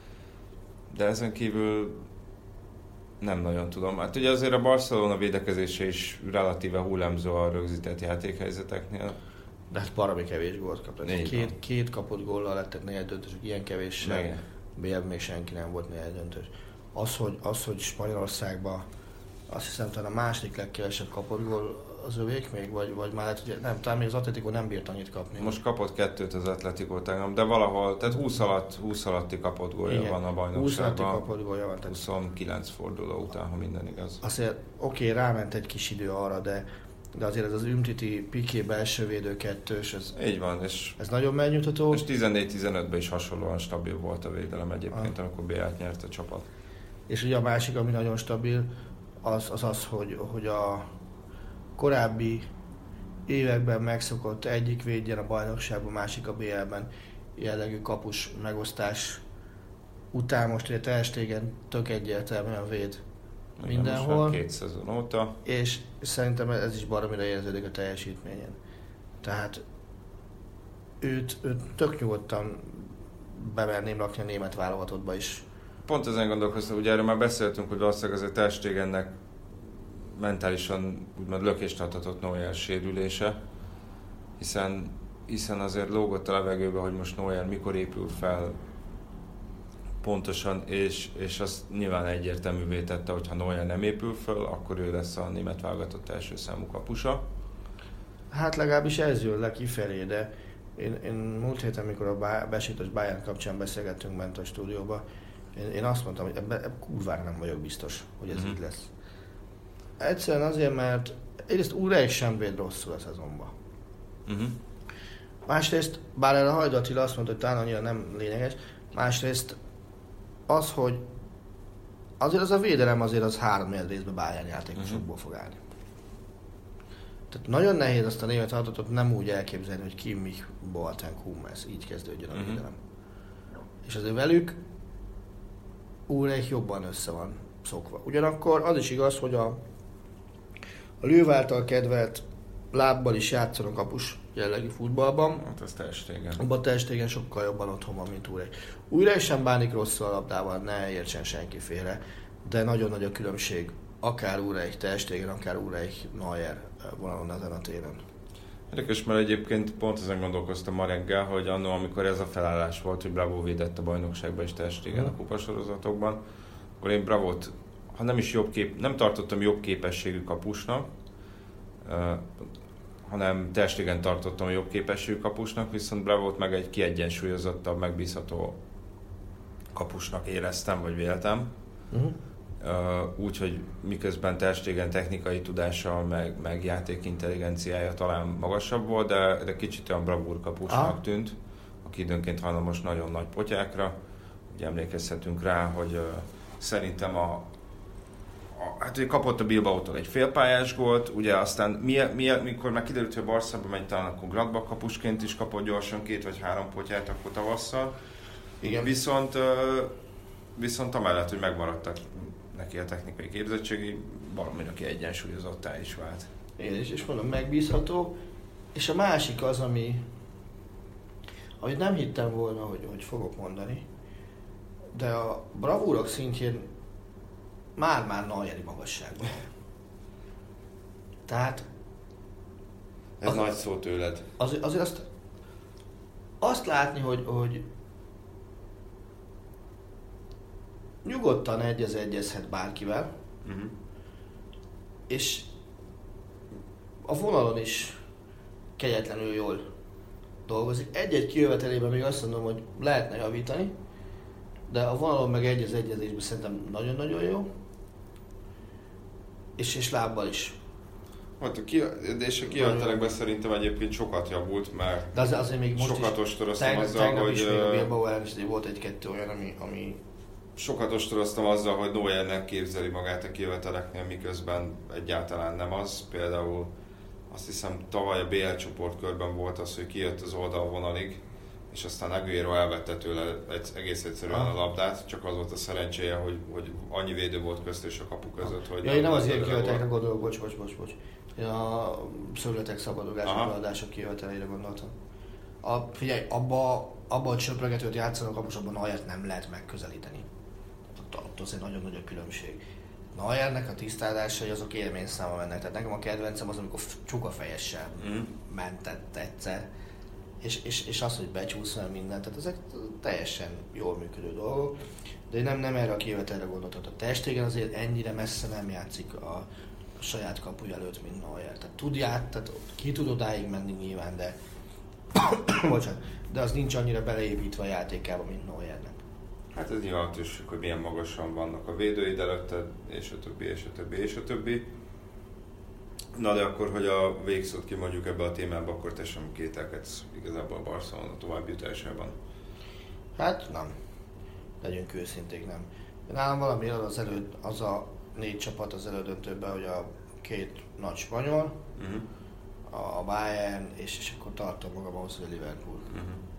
De ezen kívül nem nagyon tudom. Hát ugye azért a Barcelona védekezése is relatíve hullámzó a rögzített játékhelyzeteknél. De hát baromi kevés gólt kapott. Két, két kapott góllal lettek negyed döntősök, ilyen kevéssel. bé el még senki nem volt negyed döntős. Az, hogy, az, hogy Spanyolországban azt hiszem talán a második legkevesebb kapott gól az övék még, vagy, vagy már lehet, hogy nem, talán még az Atletico nem bírt annyit kapni. Most kapott kettőt az Atletico tegnap, de valahol, tehát húsz, alatt, húsz alatti kapott gólja igen, van a bajnokságban. húsz alatti kapott gólja van. huszonkilenc forduló után, ha minden igaz. Azért oké, okay, ráment egy kis idő arra, de, de azért ez az Umtiti Piqué belső védő kettős, ez, így van, és ez nagyon megnyugtató. És tizennégy tizenötben is hasonlóan stabil volt a védelem egyébként, ah. amikor bé el-t nyert a csapat. És ugye a másik, ami nagyon stabil, az az, az hogy, hogy a korábbi években megszokott egyik védjen a bajnokságban, másik a bé el-ben jellegű kapus megosztás után most ugye Ter Stegen tök egyértelműen véd igen, mindenhol. Két szezon óta. És szerintem ez is baromira érződik a teljesítményen. Tehát őt, őt tök nyugodtan bemerném rakni a német válogatottba is. Pont ezen gondolkoztam, ugye erről már beszéltünk, hogy valószínűleg azért Ter Stegennek mentálisan úgymond lökést adhatott Neuer sérülése, hiszen, hiszen azért lógott a levegőbe, hogy most Neuer mikor épül fel pontosan, és, és azt nyilván egyértelművé tette, hogy ha Neuer nem épül föl, akkor ő lesz a német válogatott első számú kapusa. Hát legalábbis ez jön le kifelé, de én, én múlt héten, amikor a Besiktas Bayern kapcsán beszélgettünk bent a stúdióba, én, én azt mondtam, hogy ebben ebbe kurvára nem vagyok biztos, hogy ez mm-hmm. így lesz. Egyszerűen azért, mert egyrészt Ulreich sem véd rosszul a szezonban. Uh-huh. Másrészt, bár erre Hajdú Attila azt mondta, hogy talán annyira nem lényeges, másrészt az, hogy azért az a védelem azért az három részben Bayern játékosokból uh-huh. fog állni. Tehát nagyon nehéz azt a német hatatot nem úgy elképzelni, hogy Kimmich, Boateng, Hummels, így kezdődjön a uh-huh. védelem. És azért velük Ulreich jobban össze van szokva. Ugyanakkor az is igaz, hogy a A Löw által kedvelt lábbal is játszanak kapus jellegű futballban. Hát az Ter Stegen. Abban Ter Stegen sokkal jobban otthon van, mint Ulreich. Ulreich sem bánik rosszul a labdával, ne értsen senki félre, de nagyon nagy a különbség. Akár Ulreich, Ter Stegen, akár Ulreich, Neuer vonalon ezen a téren. Érdekes, mert egyébként pont ezen gondolkoztam ma reggel, hogy annó, amikor ez a felállás volt, hogy Bravo védett a bajnokságban és Ter Stegen a kupasorozatokban, akkor én Bravót, ha nem is jobb kép, nem tartottam jobb képességű kapusnak, uh, hanem Ter Stegen tartottam jobb képességű kapusnak, viszont Bravót meg egy kiegyensúlyozottabb, megbízható kapusnak éreztem, vagy véltem. Uh-huh. Uh, Úgyhogy miközben Ter Stegen technikai tudása, meg, meg játékintelligenciája talán magasabb volt, de, de kicsit olyan bravúr kapusnak ah. tűnt, aki időnként hajlamos nagyon nagy potyákra. Ugye emlékezhetünk rá, hogy uh, szerintem a hát ugye kapott a Bilbaótól egy félpályás gólt, ugye aztán mi, mi, mikor már kiderült, hogy a Barszába megy, talán akkor Gladbach kapusként is kapott gyorsan két vagy három potyát akkor tavasszal. Igen. Viszont, viszont amellett, hogy megmaradtak neki a technikai képzettségi, valamelyik kiegyensúlyozottá is vált. Én is, és mondom, megbízható. És a másik az, ami amit nem hittem volna, hogy, hogy fogok mondani, de a bravúrok szintjén már-már Neueri magasságban. Tehát... Ez az, nagy szó tőled. Az, azért azt, azt látni, hogy, hogy nyugodtan egyez-egyezhet bárkivel, uh-huh. és a vonalon is kegyetlenül jól dolgozik. Egy-egy kijövetelében még azt mondom, hogy lehetne javítani, de a vonalon meg egyez-egyezésben szerintem nagyon-nagyon jó. És, és lábbal is. Hát a ki, és a kijövetelekben szerintem egyébként sokat javult, mert de az, azért még most sokat ostoroztam tegnap, azzal, tegnap hogy... is még a Bilbao ellen is volt egy-kettő olyan, ami... ami sokat ostoroztam azzal, hogy Neuernek képzeli magát a kijöveteleknél, miközben egyáltalán nem az. Például azt hiszem tavaly a bé el csoportkörben volt az, hogy kijött az oldalvonalig, és aztán Agüero elvette tőle egész egyszerűen a labdát, csak az volt a szerencséje, hogy, hogy annyi védő volt közt és a kapu között, hogy... Ja, én nem az ilyen kijövetelekre gondolok, bocs, bocs, bocs, bocs. Én a szögletek szabadulások, beadások kijöveteleire gondoltam. A, figyelj, abba, abba a csöpregetőt játszanak kapusabban Neuert nem lehet megközelíteni. Ott, ott azért nagyon nagy a különbség. Neuernek a tisztázásai azok élményszáma mennek. Tehát nekem a kedvencem az, amikor csukafejessel mm. mentett egyszer. És, és, és az, hogy becsúsz fel mindent, tehát ezek teljesen jól működő dolgok. De én nem, nem erre a kijövetelre gondoltam. A testégen azért ennyire messze nem játszik a, a saját kapuja előtt, mint Neuer. Tehát tudját, tehát ki tud odáig menni nyilván, de bocsánat, de az nincs annyira beleépítve a játékába, mint Neuernek. Hát ez nyilván tűsük, hogy milyen magasan vannak a védőid előtted, és a többi, és a többi, és a többi. Na de akkor, hogy a végszót kimondjuk ebbe a témába, akkor te sem kételkedsz igazából a Barcelona továbbjutásában. Hát nem. Legyünk őszinték, nem. Nálam valami az előd, az a négy csapat az elődöntőben, hogy a két nagy spanyol, uh-huh. a Bayern, és, és akkor tartom magam ahhoz, hogy a Liverpool. Uh-huh.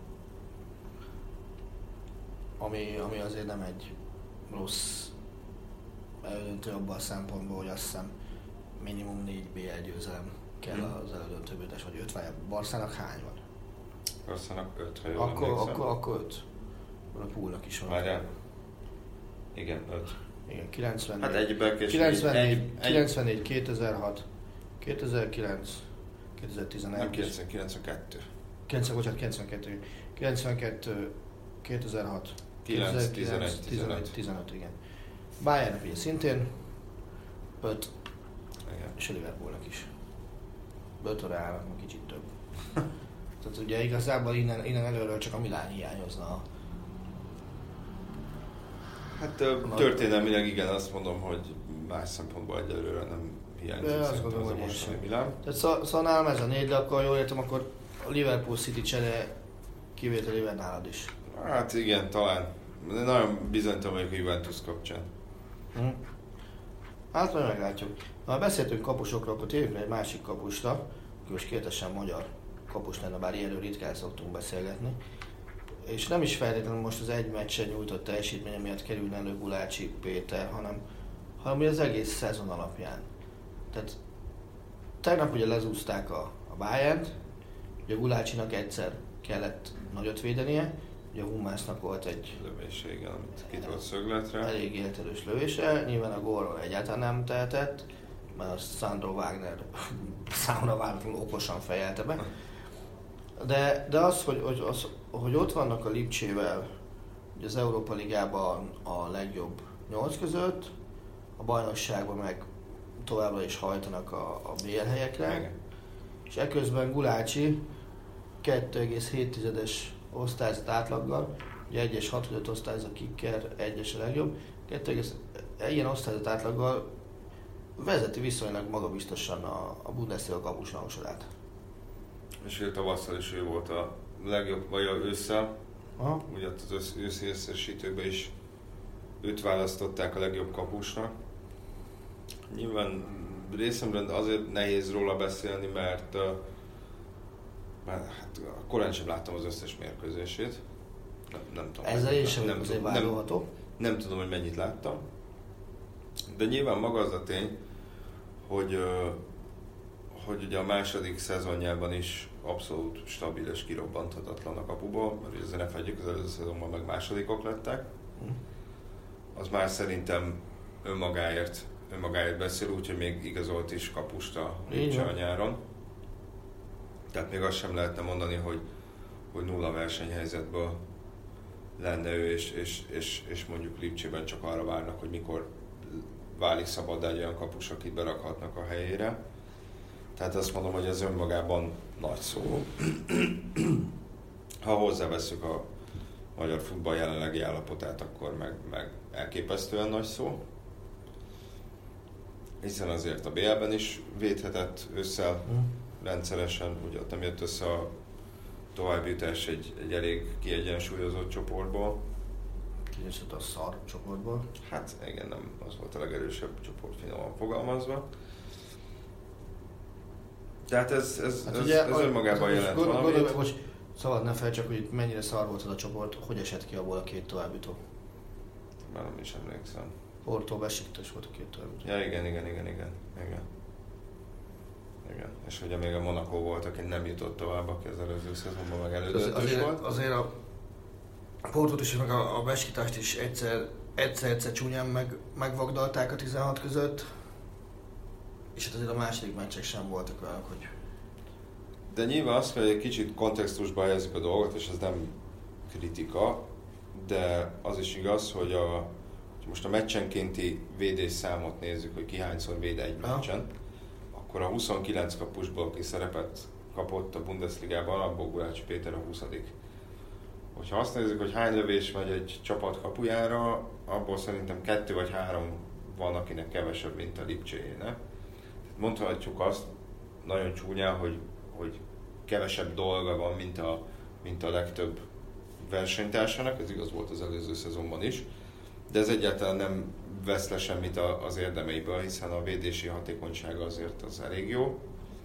Ami, ami azért nem egy rossz elődöntő abban a szempontból, hogy azt hiszem minimum négy bé el győzelem kell hmm. az elődöntőből, vagy öt, vagy Barszának hány van? Barszának öt, ha jól akkor, emlékszem. Akkor, akkor öt. A Poolnak is van. Várjál. Igen, öt. Igen, kilencvennégy. Hát egyben és kilencvennégy, egy, kilencvennégy, kétezer-hat, kétezer-kilenc, kétezer-tizenegy. Nem kilencven, kilencvenkettő. kilencven, bocsánat, kilencvenkettő. kilencvenkettő, kétezer-hat, kilenc, tizenegy, tizenöt, tizenöt, igen. Bayernnek ugye szintén öt. Igen. És a Liverpoolnak is. ötre állnak, kicsit több. Tehát ugye igazából innen, innen előről csak a Milán hiányozna. Hát történelmileg igen, azt mondom, hogy más szempontból egyelőre nem hiányzik. De azt gondolom, hogy most a Milán. Tehát szó, szóval nálam ez a négy, de akkor jól értem, akkor a Liverpool City csere kivételével nálad is. Hát igen, talán. De nagyon bizonytalan vagyok a Juventus kapcsán. Hm. Hát majd meglátjuk. Ha beszéltünk kapusokról, akkor térjünk egy másik kapusra, most kérdesen magyar kapus lenne, bár ilyenről ritkán szoktunk beszélgetni. És nem is feltétlenül most az egy meccsen nyújtott teljesítménye miatt kerülne elő Gulácsi Péter, hanem, hanem az egész szezon alapján. Tehát tegnap ugye lezúzták a, a Bayernt, ugye Gulácsinak egyszer kellett nagyot védenie, ugye a Hummelsnak volt egy lövése, igen, amit kitolt szögletre. Elég éltelős lövése, nyilván a gólról egyáltalán nem tehetett, mert a Sandro Wagner számomra váratlanul okosan fejelte be. De, de az, hogy, hogy, az, hogy ott vannak a Lipcsével ugye az Európa Ligában a legjobb nyolc között, a bajnokságban meg továbbra is hajtanak a, a bé el helyekre, igen. És eközben Gulácsi kettő egész hét osztályzat átlaggal, ugye egyes hat osztályzat kicker, egyes a legjobb, kettő ilyen osztályzat átlaggal vezeti viszonylag magabiztosan a, a Bundesliga kapusrangsorát. És ő tavasszal is ő volt a legjobb, vagy a ősszel. Aha. Ugye az őszi összesítőben is őt választották a legjobb kapusnak. Nyilván részemben azért nehéz róla beszélni, mert, mert hát, korán sem láttam az összes mérkőzését. Nem, nem tudom. Ezzel én sem nem, azért nem, vádolható. Nem, nem tudom, hogy mennyit láttam. De nyilván maga az a tény, hogy, hogy ugye a második szezonjában is abszolút stabil és kirobbanthatatlan a kapuból, mert ezzel ne fedjük, az előző szezonban meg másodikok lettek. Az már szerintem önmagáért, önmagáért beszél, úgyhogy még igazolt is kapust a Lipcse a nyáron. Tehát még azt sem lehetne mondani, hogy, hogy nulla versenyhelyzetből lenne ő, és, és, és, és mondjuk Lipcsében csak arra várnak, hogy mikor válik szabaddá egy olyan kapus, akit berakhatnak a helyére. Tehát azt mondom, hogy ez önmagában nagy szó. Ha hozzáveszünk a magyar futball jelenlegi állapotát, akkor meg, meg elképesztően nagy szó. Hiszen azért a bé el-ben is védhetett ősszel rendszeresen, ugye ott nem jött össze a továbbjutás egy, egy elég kiegyensúlyozott csoportból. Kiegyensúlyozott a szar csoportból? Hát igen, nem az volt a legerősebb csoport, finoman fogalmazva. Tehát ez, ez, hát ez, ugye, ez önmagában jelent gondol, valamit. Gondolj, most szabad ne fel, csak hogy mennyire szar volt az a csoport, hogy esett ki abból a két továbbjutó? Már nem is emlékszem. Porto, Besiktas volt a két továbbjutó. Ja, igen, igen, igen, igen, igen. Igen. És ugye még a Monaco volt, aki nem jutott tovább, aki az előző szezonban meg elődöntős volt. Azért a Portót is, meg a, a Besiktást is egyszer, egyszer-egyszer csúnyán meg, megvagdalták a tizenhat között. És hát azért a második meccsek sem voltak olyanok, hogy... De nyilván azt, hogy egy kicsit kontextusba helyezzük a dolgot, és ez nem kritika, de az is igaz, hogy a, hogy most a meccsenkénti védés számot nézzük, hogy ki hányszor véd egy meccsen, akkor a huszonkilenc kapusból, aki szerepet kapott a Bundesligában, abból Gulácsi Péter a huszadik. Hogyha azt nézzük, hogy hány lövés megy egy csapat kapujára, abból szerintem kettő vagy három van, akinek kevesebb, mint a Lipcséjének. Mondhatjuk azt nagyon csúnyán, hogy, hogy kevesebb dolga van, mint a, mint a legtöbb versenytársának, ez igaz volt az előző szezonban is, de ez egyáltalán nem vesz le semmit az érdemeiből, hiszen a védési hatékonysága azért az elég jó.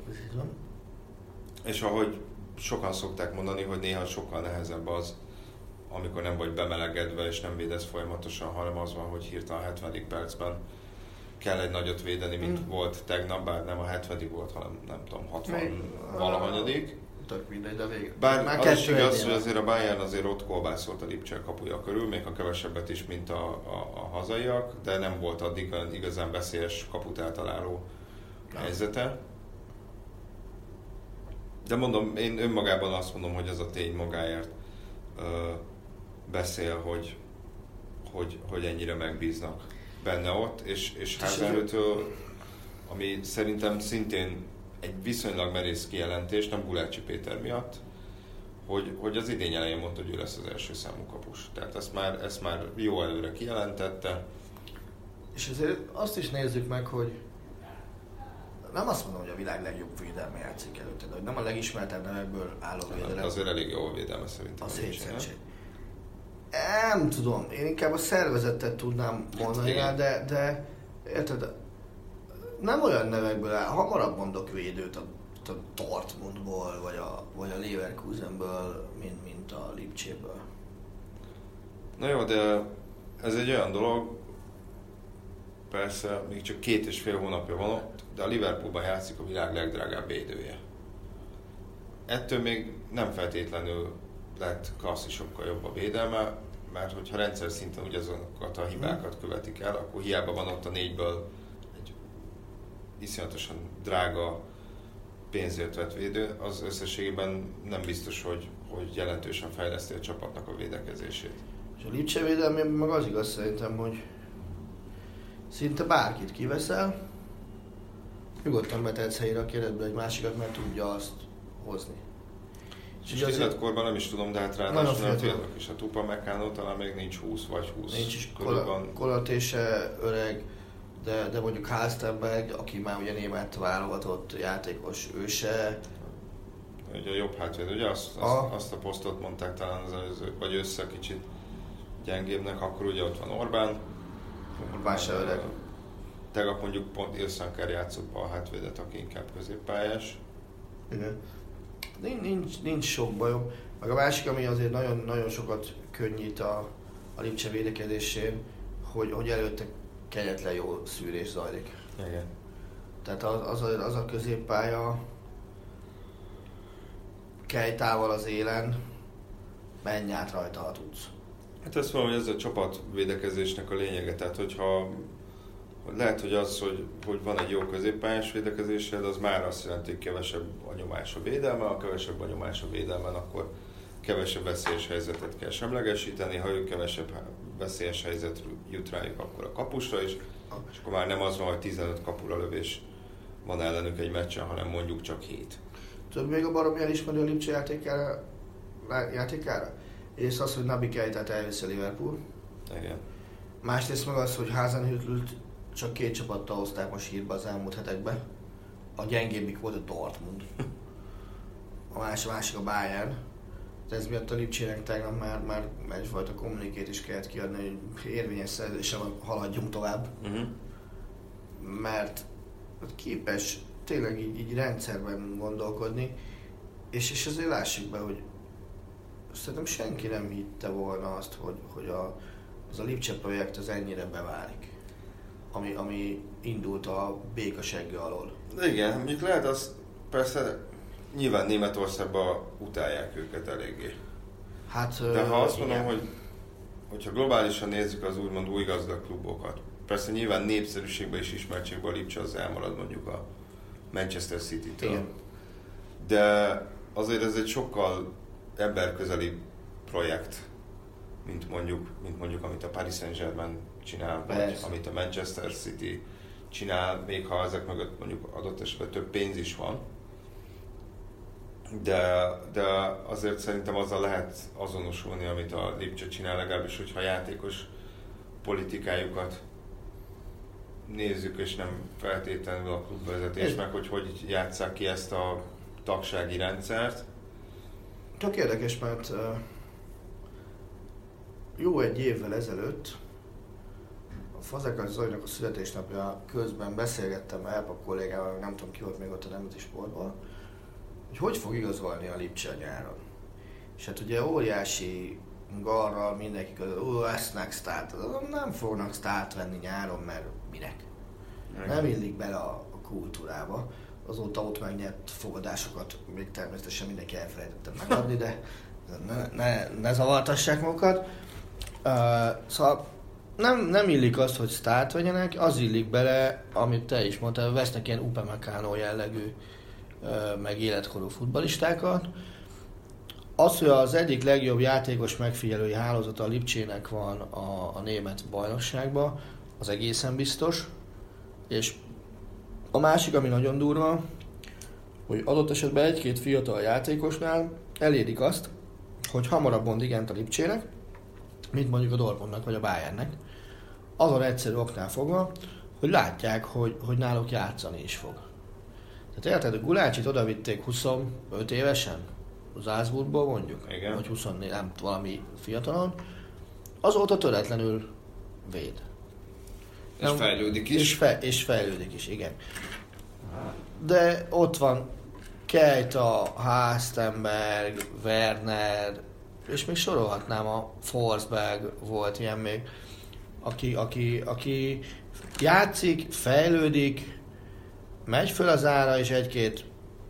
És ahogy sokan szokták mondani, hogy néha sokkal nehezebb az, amikor nem vagy bemelegedve és nem védesz folyamatosan, hanem az van, hogy hirtelen a hetvedik percben kell egy nagyot védeni, mint mm. volt tegnap, bár nem a hetvedik volt, hanem nem tudom, hatvan valahanyadik. Tök mindegy, de végül. Bár már az is igaz, hogy azért a Bayern azért ott kolbászolt a Lipcse kapuja körül, még a kevesebbet is, mint a, a, a hazaiak, de nem volt addig igazán veszélyes kaput eltaláló helyzete. De mondom, én önmagában azt mondom, hogy ez a tény magáért ö, beszél, hogy, hogy, hogy ennyire megbíznak benne ott, és, és Hasenhüttl, ami szerintem szintén egy viszonylag merész kijelentés, nem Gulácsi Péter miatt, hogy, hogy az idény elején mondta, hogy ő lesz az első számú kapus. Tehát ezt már, ezt már jó előre kijelentette. És azért azt is nézzük meg, hogy nem azt mondom, hogy a világ legjobb védelme játszik előtte, de hogy nem a legismertebb nevekből álló védelem. Azért elég jó a védelme szerintem. Az hétszer. Nem tudom, én inkább a szervezetet tudnám mondani rá, de, de érted, nem olyan nevekből áll, hamarabb mondok védőt a, a Dortmundból, vagy a, vagy a Leverkusenből, mint, mint a Lipcséből. Na jó, de ez egy olyan dolog, persze még csak két és fél hónapja van ott, de a Liverpoolban játszik a világ legdrágább védője. Ettől még nem feltétlenül lett klasszisokkal jobb a védelme, mert hogyha rendszer szinten ugyanazokat a hibákat követik el, akkor hiába van ott a négyből egy iszonyatosan drága pénzért vett védő, az összességében nem biztos, hogy, hogy jelentősen fejleszti a csapatnak a védekezését. És a Lipcse védelmében meg az igaz szerintem, hogy szinte bárkit kiveszel, nyugodtan betetsz helyére a keretbe egy másikat, mert tudja azt hozni. És életkorban nem is tudom, de hát ráadásul nem fiatalok is. A Tupa Meccano talán még nincs húsz vagy húsz. Nincs is Kolatése öreg, de, de mondjuk Halstenberg, aki már ugye német válogatott játékos, ő se. Ugye a jobb hátvéd, ugye azt, azt, azt a posztot mondták talán az előző, vagy össze kicsit gyengébbnek, akkor ugye ott van Orbán. Orbán se öreg. Tegnap mondjuk pont Ilsanker játszott bal hátvédet, aki inkább középpályás. Igen. Nincs, nincs, nincs sok bajom. Meg a másik, ami azért nagyon, nagyon sokat könnyít a, a Lipcse védekezésén, hogy, hogy előtte kegyetlen jó szűrés zajlik. Igen. Tehát az, az, a, az a középpálya Kejtával az élen, menj át rajta, ha tudsz. Hát ez valahogy ez a csapatvédekezésnek a lényege, tehát hogyha Lehet, hogy az, hogy, hogy van egy jó középpályás védekezésed, az már azt jelenti, hogy kevesebb a nyomás a védelme, ha kevesebb a nyomás a védelmen, akkor kevesebb veszélyes helyzetet kell semlegesíteni, ha ők kevesebb veszélyes helyzet jut rájuk, akkor a kapusra is, és akkor már nem az van, hogy tizenöt kapura lövés van ellenük egy meccsen, hanem mondjuk csak hét. Tudod, még a baromi elismerő a Lipcse játékára, játékára? És az, hogy Naby Keitát elviszi a Liverpool. Igen. Másrészt meg az, hogy Hasenhüttlt csak két csapattal hozták most hírba az elmúlt hetekben. A gyengébbik volt a Dortmund. A másik, a másik a Bayern. De ez miatt a Lipcsének tegnap már, már egyfajta kommunikét is kellett kiadni, hogy érvényes szerződéssel haladjunk tovább. Uh-huh. Mert képes tényleg így, így rendszerben gondolkodni, és, és azért lássuk be, hogy szerintem senki nem hitte volna azt, hogy, hogy a, az a Lipcse projekt az ennyire beválik, ami, ami indult a békasegge alól. De igen, mondjuk lehet az, persze nyilván Németországban utálják őket eléggé. Hát, de ha azt igen. mondom, hogy hogyha globálisan nézzük az úgymond új gazdag klubokat, persze nyilván népszerűségben és ismertségben a Lipcse az elmarad mondjuk a Manchester City-től. Igen. De azért ez egy sokkal emberközeli projekt, mint mondjuk, mint mondjuk amit a Paris Saint-Germain csinál, vagy amit a Manchester City csinál, még ha ezek mögött mondjuk adott esetben több pénz is van. De, de azért szerintem azzal lehet azonosulni, amit a Lipcse csinál, legalábbis, hogyha a játékos politikájukat nézzük, és nem feltétlenül a klubvezetés, meg hogy hogy játsszák ki ezt a tagsági rendszert. Tök érdekes, mert uh, jó egy évvel ezelőtt a Fazekas Zolinak a születésnapja közben beszélgettem Elpa kollégával, nem tudom ki volt még ott a Nemzeti Sportban, hogy hogy fog igazolni a Lipcse nyáron. És hát ugye óriási garral mindenki között, ó, esznek sztárt, nem fognak sztárt venni nyáron, mert minek? Nem illik bele a, a kultúrába. Azóta ott megnyert fogadásokat még természetesen mindenki elfelejtettem megadni, de ne, ne, ne zavartassák magukat. Uh, szóval nem, nem illik az, hogy sztárt vegyenek, az illik bele, amit te is mondtál, vesznek ilyen Upamecano jellegű uh, meg életkorú futballistákat. Az, hogy az egyik legjobb játékos megfigyelői hálózata a Lipcsének van a, a német bajnokságban, az egészen biztos. És a másik, ami nagyon durva, hogy adott esetben egy-két fiatal játékosnál elérik azt, hogy hamarabb mond igent a Lipcsének, mint mondjuk a Dortmundnak vagy a Bayernnek. Azon egyszerű oknál fogva, hogy látják, hogy, hogy náluk játszani is fog. Tehát érted, a Gulácsit odavitték huszonöt évesen, az Salzburgból mondjuk, igen. Vagy huszonnégy, nem valami fiatalon, azóta töretlenül véd. És nem, fejlődik is. És, fe, és fejlődik is, igen. De ott van Keita, Halstenberg, Werner, és még sorolhatnám, a Forsberg volt ilyen még, aki, aki, aki játszik, fejlődik, megy föl az ára, és egy-két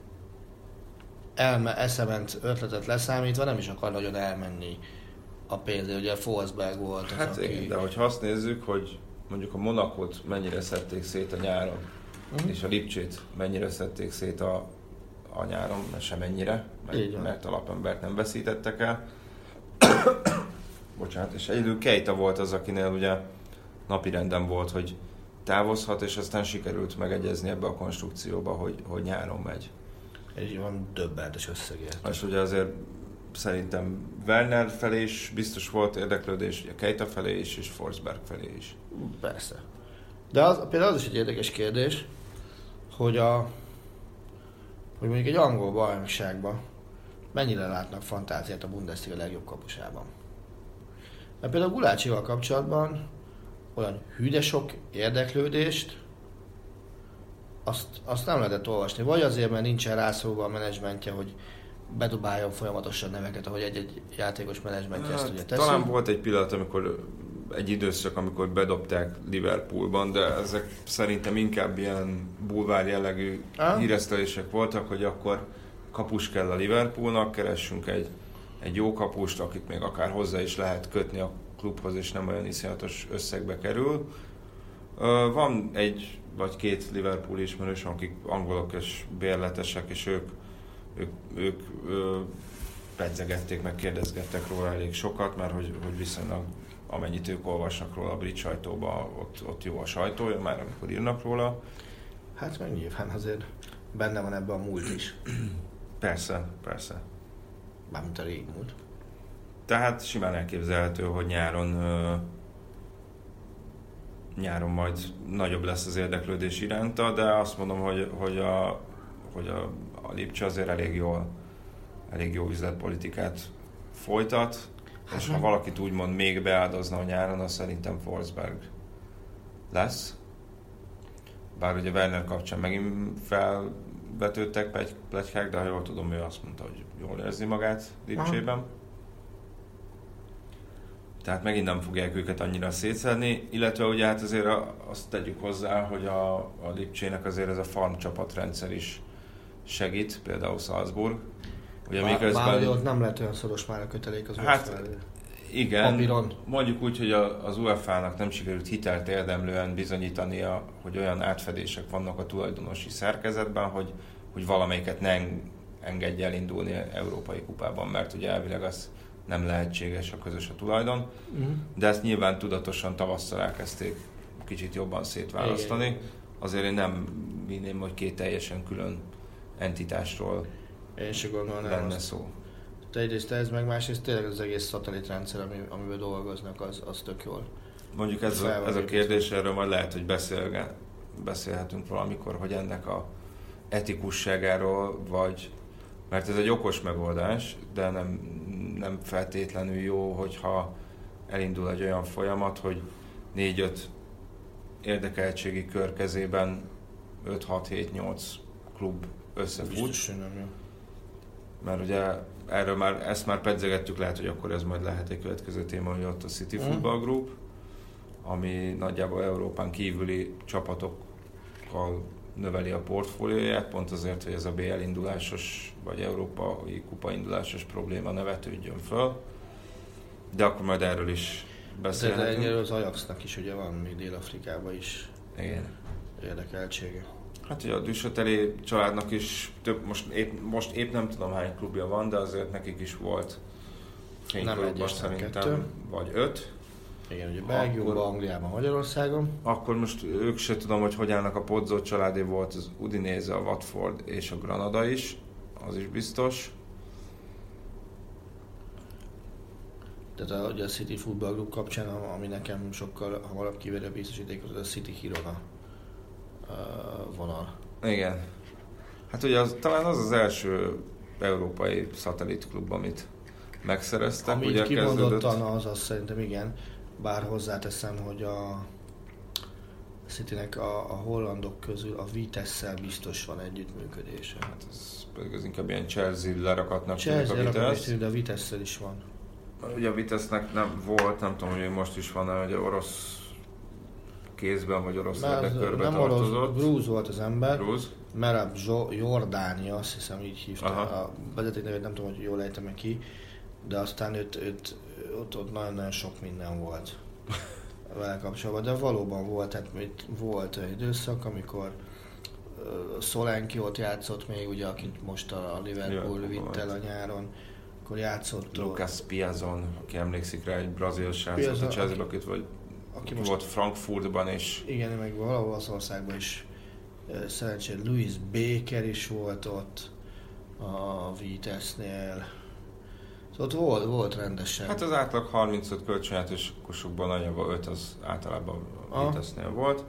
elme, eszement ötletet leszámítva nem is akar nagyon elmenni a pénzért. Ugye Forsberg volt az, hát aki... igen, de hogyha azt nézzük, hogy mondjuk a Monacot mennyire szedték szét a nyáron, uh-huh. és a Lipcsét mennyire szedték szét a, a nyáron, mert semennyire, mert, mert alapembert nem veszítettek el. Bocsánat, és egyedül Keita volt az, akinél ugye napirenden volt, hogy távozhat, és aztán sikerült megegyezni ebbe a konstrukcióba, hogy, hogy nyáron megy. És van döbbentes összegért. És ugye azért szerintem Werner felé is biztos volt érdeklődés, ugye Keita felé is, és Forsberg felé is. Persze. De az, például az is egy érdekes kérdés, hogy, a, hogy mondjuk egy angol bajnokságban mennyire látnak fantáziát a Bundesliga legjobb kapusában. Mert például Gulácsival kapcsolatban olyan hűde sok érdeklődést, azt, azt nem lehetett olvasni. Vagy azért, mert nincsen rászólva a menedzsmentje, hogy bedobáljon folyamatosan neveket, ahogy egy-egy játékos menedzsmentje ezt ugye teszi. Talán volt egy pillanat, amikor egy időszak, amikor bedobták Liverpoolban, de ezek szerintem inkább ilyen bulvár jellegű ah. híresztelések voltak, hogy akkor kapus kell a Liverpoolnak, keressünk egy, egy jó kapust, akit még akár hozzá is lehet kötni a klubhoz, és nem olyan iszonyatos összegbe kerül. Van egy vagy két Liverpool ismerős, akik angolok és bérletesek, és ők, ők, ők ö, pedzegették, meg kérdezgettek róla elég sokat, mert hogy, hogy viszonylag amennyit ők olvasnak róla a brit sajtóban, ott, ott jó a sajtója, már amikor írnak róla. Hát meg nyilván azért benne van ebben a múlt is. Persze, persze. Bármint a régmúlt. Tehát simán elképzelhető, hogy nyáron ö, nyáron majd nagyobb lesz az érdeklődés iránta, de azt mondom, hogy, hogy, a, hogy a, a Lipcse azért elég jól, elég jó üzletpolitikát folytat, hát és ha valakit úgymond még beáldozna a nyáron, az szerintem Forsberg lesz. Bár ugye Werner kapcsán megint felvetődtek pletykák, de ha jól tudom, ő azt mondta, hogy jól érzi magát Lipcsében. Tehát megint nem fogják őket annyira szétszedni, illetve ugye hát azért azt tegyük hozzá, hogy a, a Lipcsének azért ez a farm csapatrendszer is segít, például Salzburg. Ugye bár, miközben... bár ott nem lehet olyan szoros már a kötelék az hát, U E F A igen, papíron. Mondjuk úgy, hogy a, az U E F A-nak nem sikerült hitelt érdemlően bizonyítania, hogy olyan átfedések vannak a tulajdonosi szerkezetben, hogy, hogy valamelyiket ne engedje elindulni Európai Kupában, mert ugye elvileg az nem lehetséges a közös a tulajdon, uh-huh. de ezt nyilván tudatosan tavasszal elkezdték kicsit jobban szétválasztani. Igen. Azért én nem vinném, hogy két teljesen külön entitásról én se gondolom, lenne azt. Szó. Te egyrészt ez, meg másrészt tényleg az egész szatellitrendszer, ami, amivel dolgoznak, az, az tök jól. Mondjuk ez a, ez a kérdés, erről majd lehet, hogy beszélge, beszélhetünk valamikor, hogy ennek a etikusságáról, vagy mert ez egy okos megoldás, de nem, nem feltétlenül jó, hogyha elindul egy olyan folyamat, hogy négy-öt érdekeltségi kör kezében öt-hat-hét-nyolc klub összefut. Biztos, nem jó. Mert ugye erről már, ezt már pedzegettük, lehet, hogy akkor ez majd lehet egy következő téma, hogy ott a City mm. Football Group, ami nagyjából Európán kívüli csapatokkal növeli a portfólióját, pont azért, hogy ez a bé el indulásos, vagy Európai Kupa indulásos probléma ne vetődjön föl. De akkor majd erről is beszélhetünk. De egyről az Ajaxnak is ugye van még Dél-Afrikában is. Igen. Érdekeltsége. Hát ugye a Dussateli családnak is több, most épp, most épp nem tudom hány klubja van, de azért nekik is volt fénykorukban szerintem, kettő. Vagy öt. Igen, ugye Belgiumban, akkor, Angliában, Magyarországon. Akkor most ők se tudom, hogy hogy állnak a Pozzo családé, volt az Udinese, a Watford és a Granada is, az is biztos. Tehát a, ugye a City Football Group kapcsán, ami nekem sokkal hamarabb kiveri a biztosítékot, az a City Girona uh, vonal. Igen. Hát ugye az, talán az az első európai szatellitklub, amit megszereztek. Amit ugye kimondottan az, az szerintem igen. Bár hozzáteszem, hogy a Citynek a, a hollandok közül a Vitesse-szel biztos van együttműködése. Hát ez pedig az inkább ilyen Chelsea lerakatnak. Chelsea lerakatnak, de a Vitesse-szel is van. Ugye a Vitesse-nek nem volt, nem tudom, hogy most is van, hogy orosz kézben, vagy orosz érdekkörbe tartozott. Orosz, grúz volt az ember. Grúz. Merab Jordánia, azt hiszem így hívta. Aha. A vezeték nevét nem tudom, hogy jól ejtem ki, de aztán őt, őt, ott, ott nagyon-nagyon sok minden volt vele kapcsolatban, de valóban volt, tehát volt egy időszak, amikor uh, Solanke ott játszott még, ugye, akit most a Liverpool vitt el a nyáron, akkor játszott Lucas Piazon, aki emlékszik rá, egy brazil srác, a Chelsea-ben, akit vagy aki most volt Frankfurtban is. Igen, meg valahol Olaszországban is uh, szerencsére Louis Baker is volt ott a Vitesse-nél. Ott volt, volt rendesen. Hát az átlag harmincöt kölcsönjátékosokban nagyjából öt az általában a Vitesse-nél volt.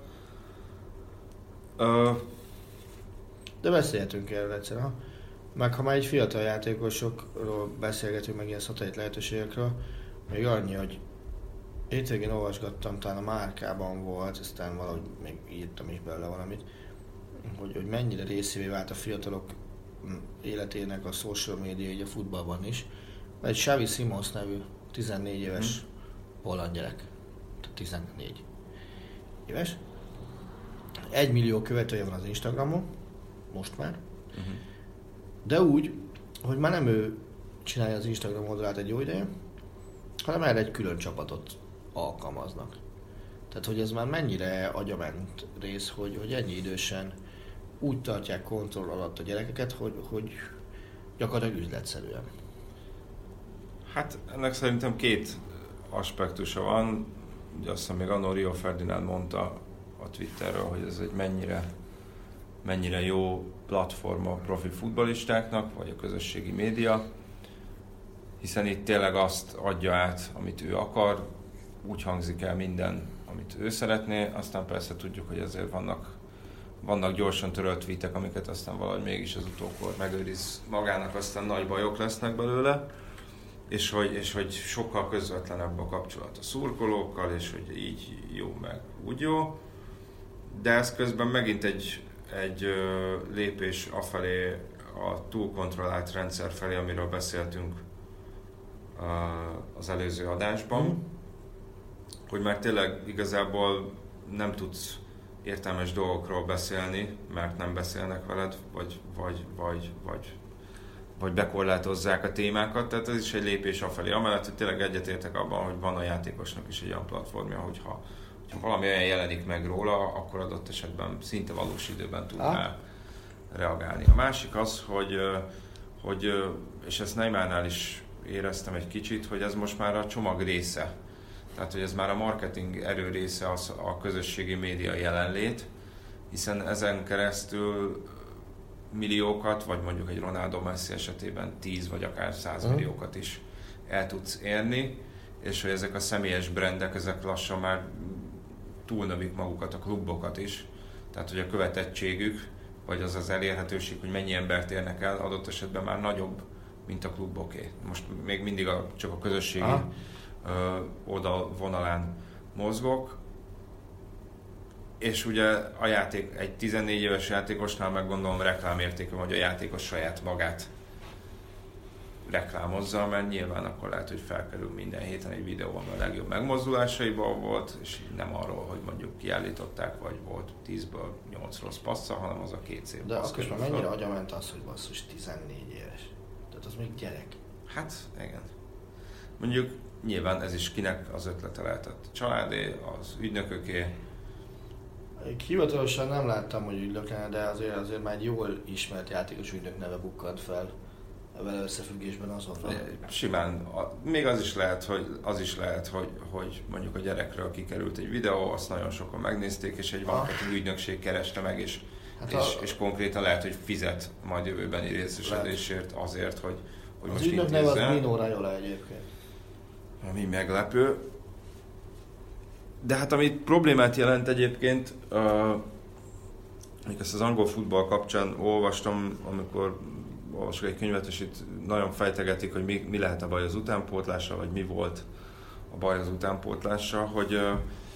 Ö... De beszélhetünk erről egyszer, ha? Meg ha már egy fiatal játékosokról beszélgetünk, meg ilyen szatellit lehetőségekről, még annyi, hogy hétvégén olvasgattam, talán a Márkában volt, aztán valahogy még írtam is belőle valamit, hogy, hogy mennyire részévé vált a fiatalok életének a social media, így a futballban is. Egy Xavi Simons nevű tizennégy éves hmm. holland gyerek, tizennégy éves. Egy millió követője van az Instagramon, most már. Uh-huh. De úgy, hogy már nem ő csinálja az Instagram oldalát egy jó ideje, hanem erre egy külön csapatot alkalmaznak. Tehát, hogy ez már mennyire agyament rész, hogy, hogy ennyi idősen úgy tartják kontroll alatt a gyerekeket, hogy, hogy gyakorlatilag üzletszerűen. Hát ennek szerintem két aspektusa van. Ugye azt hiszem még annól Rio Ferdinand mondta a Twitterről, hogy ez egy mennyire, mennyire jó platform a profi futballistáknak, vagy a közösségi média, hiszen itt tényleg azt adja át, amit ő akar, úgy hangzik el minden, amit ő szeretné, aztán persze tudjuk, hogy ezért vannak, vannak gyorsan törölt tweetek, amiket aztán valahogy mégis az utókor megőriz magának, aztán nagy bajok lesznek belőle, és hogy, és hogy sokkal közvetlenebb a kapcsolat a szurkolókkal, és hogy így jó, meg úgy jó, de ez közben megint egy, egy lépés afelé, a túlkontrollált rendszer felé, amiről beszéltünk az előző adásban, mm. hogy már tényleg igazából nem tudsz értelmes dolgokról beszélni, mert nem beszélnek veled, vagy, vagy, vagy, vagy, vagy bekorlátozzák a témákat, tehát ez is egy lépés afelé. Amellett, hogy tényleg egyetértek abban, hogy van a játékosnak is egy olyan platformja, hogyha, hogyha valami olyan jelenik meg róla, akkor adott esetben szinte valós időben tud rá reagálni. A másik az, hogy, hogy és ezt Neymarnál is éreztem egy kicsit, hogy ez most már a csomag része. Tehát, hogy ez már a marketing erő része az a közösségi média jelenlét, hiszen ezen keresztül milliókat, vagy mondjuk egy Ronaldo Messi esetében tíz vagy akár száz milliókat is el tudsz érni, és hogy ezek a személyes brandek, ezek lassan már túlnövik magukat, a klubokat is. Tehát, hogy a követettségük, vagy az az elérhetőség, hogy mennyi embert érnek el, adott esetben már nagyobb, mint a kluboké. Most még mindig a, csak a közösségi ah. ö, oldalvonalán mozgok, és ugye a játék, egy tizennégy éves játékosnál meg gondolom reklámértékű, hogy a játékos saját magát reklámozza, mert nyilván akkor lehet, hogy felkerül minden héten egy videóban a legjobb megmozdulásaiban volt, és nem arról, hogy mondjuk kiállították, vagy volt tízből nyolc rossz passza, hanem az a két szép De akkor már mennyire agyament az, hogy basszus tizennégy éves? Tehát az még gyerek. Hát, igen. Mondjuk nyilván ez is kinek az ötlete lehetett. Családé, az ügynököké. Hivatalosan nem láttam, hogy ügynök lenne, de azért, azért már egy jól ismert játékos ügynök neve bukkant fel vele összefüggésben azonnal. Simán. Még az is lehet, hogy, az is lehet, hogy, hogy mondjuk a gyerekről kikerült egy videó, azt nagyon sokan megnézték, és egy marketing ügynökség kereste meg, és, hát és, a... és konkrétan lehet, hogy fizet majd jövőbeni részesedésért azért, hogy, hogy az most ügynök neve az Mino Raiola egyébként. Ami meglepő. De hát ami problémát jelent egyébként, uh, ezt az angol futball kapcsán olvastam, amikor olvasok egy könyvet, és itt nagyon fejtegetik, hogy mi, mi lehet a baj az utánpótlással, vagy mi volt a baj az utánpótlással, hogy, uh,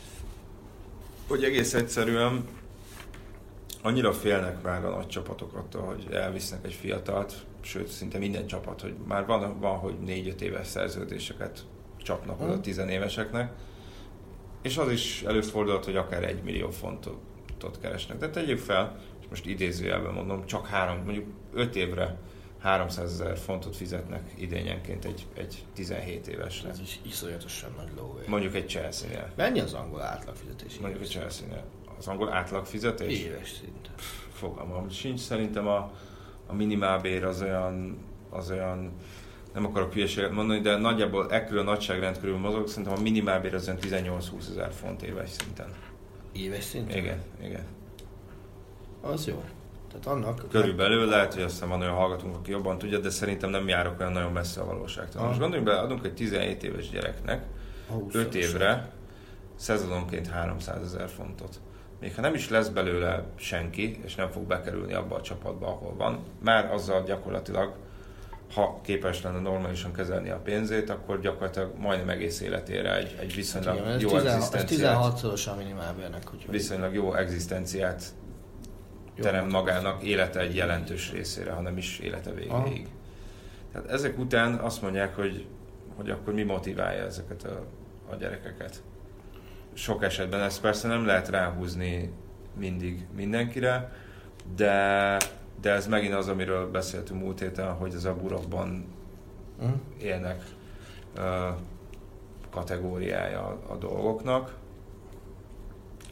hogy egész egyszerűen annyira félnek már a nagy csapatok attól, hogy elvisznek egy fiatalt, sőt, szinte minden csapat, hogy már van, van hogy négy-öt éves szerződéseket csapnak oda tizenéveseknek, és az is előfordulhat, hogy akár egy millió fontot keresnek. De tegyük fel, és most idézőjelben mondom, csak három, mondjuk öt évre háromszázezer fontot fizetnek idényenként egy, egy tizenhét évesre. Ez is iszonyatosan nagy lóvé. Mondjuk egy Chelsea-nél. Mennyi az angol átlagfizetés? Mondjuk egy Chelsea-nél. Az angol átlagfizetés? Éves szinten. Fogalmam sincs. Szerintem a, a minimálbér az olyan, az olyan, nem akarok hülyeséget mondani, de nagyjából ekkor a nagyságrend körül mozog, szerintem a minimálbér az olyan tizennyolc-húsz ezer font éves szinten. Éves szinten? Igen, igen. Az jó. Tehát annak... Körülbelül lehet, hogy aztán van olyan hallgatónk, aki jobban tudja, de szerintem nem járok olyan nagyon messze a valóságtól. Ah. Most gondoljunk bele, adunk egy tizenhét éves gyereknek öt évre szezononként háromszázezer fontot. Még ha nem is lesz belőle senki, és nem fog bekerülni abba a csapatba, ahol van, már azzal gyakorlatilag, ha képes lenne normálisan kezelni a pénzét, akkor gyakorlatilag majdnem egész életére egy, egy viszonylag hát igen, jó egzisztenciát... Ez tizenhatszoros a minimálbérnek. Viszonylag jó egzisztenciát terem magának élete egy jelentős részére, hanem is élete végéig. Tehát ezek után azt mondják, hogy, hogy akkor mi motiválja ezeket a, a gyerekeket. Sok esetben ezt persze nem lehet ráhúzni mindig mindenkire, de, de ez megint az, amiről beszéltünk múlt héten, hogy ez a burokban uh. élnek uh, kategóriája a, a dolgoknak.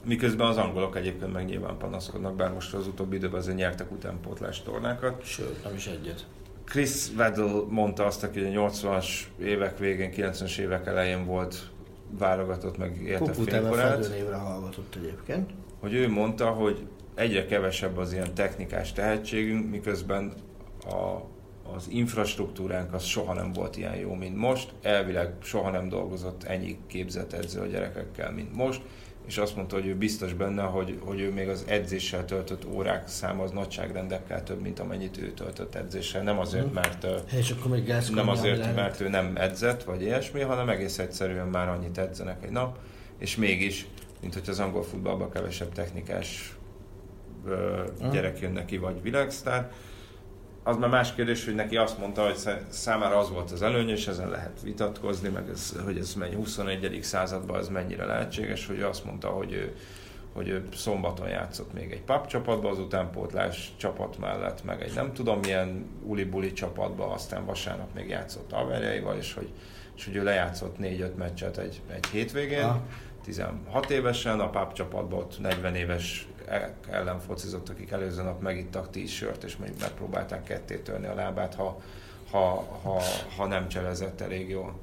Miközben az angolok egyébként meg nyilván panaszkodnak, bár most az utóbbi időben azért nyertek utánpótlás tornákat. Sőt, nem is egyet. Chris Waddle mondta azt, aki a nyolcvanas évek végén, kilencvenes évek elején volt válogatott, meg érte fénykorát. Fedőnévre hallgatott egyébként. Hogy ő mondta, hogy egyre kevesebb az ilyen technikás tehetségünk, miközben a, az infrastruktúránk az soha nem volt ilyen jó, mint most. Elvileg soha nem dolgozott ennyi képzett edző a gyerekekkel, mint most. És azt mondta, hogy ő biztos benne, hogy, hogy ő még az edzéssel töltött órák száma az nagyságrendekkel több, mint amennyit ő töltött edzéssel. Nem azért, mert, és akkor még nem azért, mert ő nem edzett, vagy ilyesmi, hanem egész egyszerűen már annyit edzenek egy nap, és mégis, mint hogy az angol futballban kevesebb technikás ö, gyerek jön neki, vagy világsztár. Az már más kérdés, hogy neki azt mondta, hogy számára az volt az előny, és ezen lehet vitatkozni, meg ez, hogy ez mennyi huszonegyedik században ez mennyire lehetséges, hogy ő azt mondta, hogy ő, hogy ő szombaton játszott még egy pub csapatban, az utánpótlás csapat mellett, meg egy nem tudom milyen uli-buli csapatban, aztán vasárnap még játszott haverjaival, és hogy, és hogy ő lejátszott négy-öt meccset egy, egy hétvégén, ah. tizenhat évesen, a pub csapatban ott negyven éves ellen focizott, akik előző nap megittak tíz sört, és még megpróbálták ketté törni a lábát, ha, ha, ha, ha nem cselezett elég jól.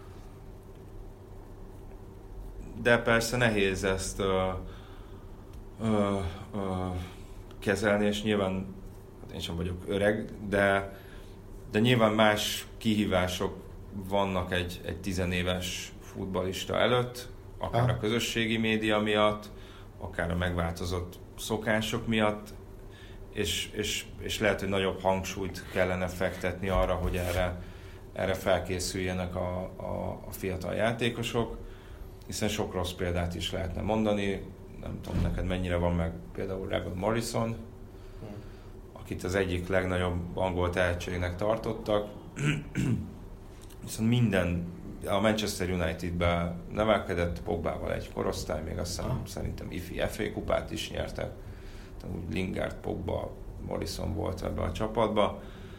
De persze nehéz ezt uh, uh, uh, kezelni, és nyilván, hát én sem vagyok öreg, de, de nyilván más kihívások vannak egy, egy tizenéves futballista előtt, akár a közösségi média miatt, akár a megváltozott szokások miatt, és, és, és lehet, hogy nagyobb hangsúlyt kellene fektetni arra, hogy erre, erre felkészüljenek a, a, a fiatal játékosok, hiszen sok rossz példát is lehetne mondani. Nem tudom, neked mennyire van meg például Rebel Morrison, akit az egyik legnagyobb angol tehetségnek tartottak, viszont minden a Manchester Unitedben nevelkedett, Pogbával egy korosztály, még azt hiszem, ah. szerintem ifi ef á kupát is nyertek. Úgy Lingard, Pogba, Morrison volt ebben a csapatban,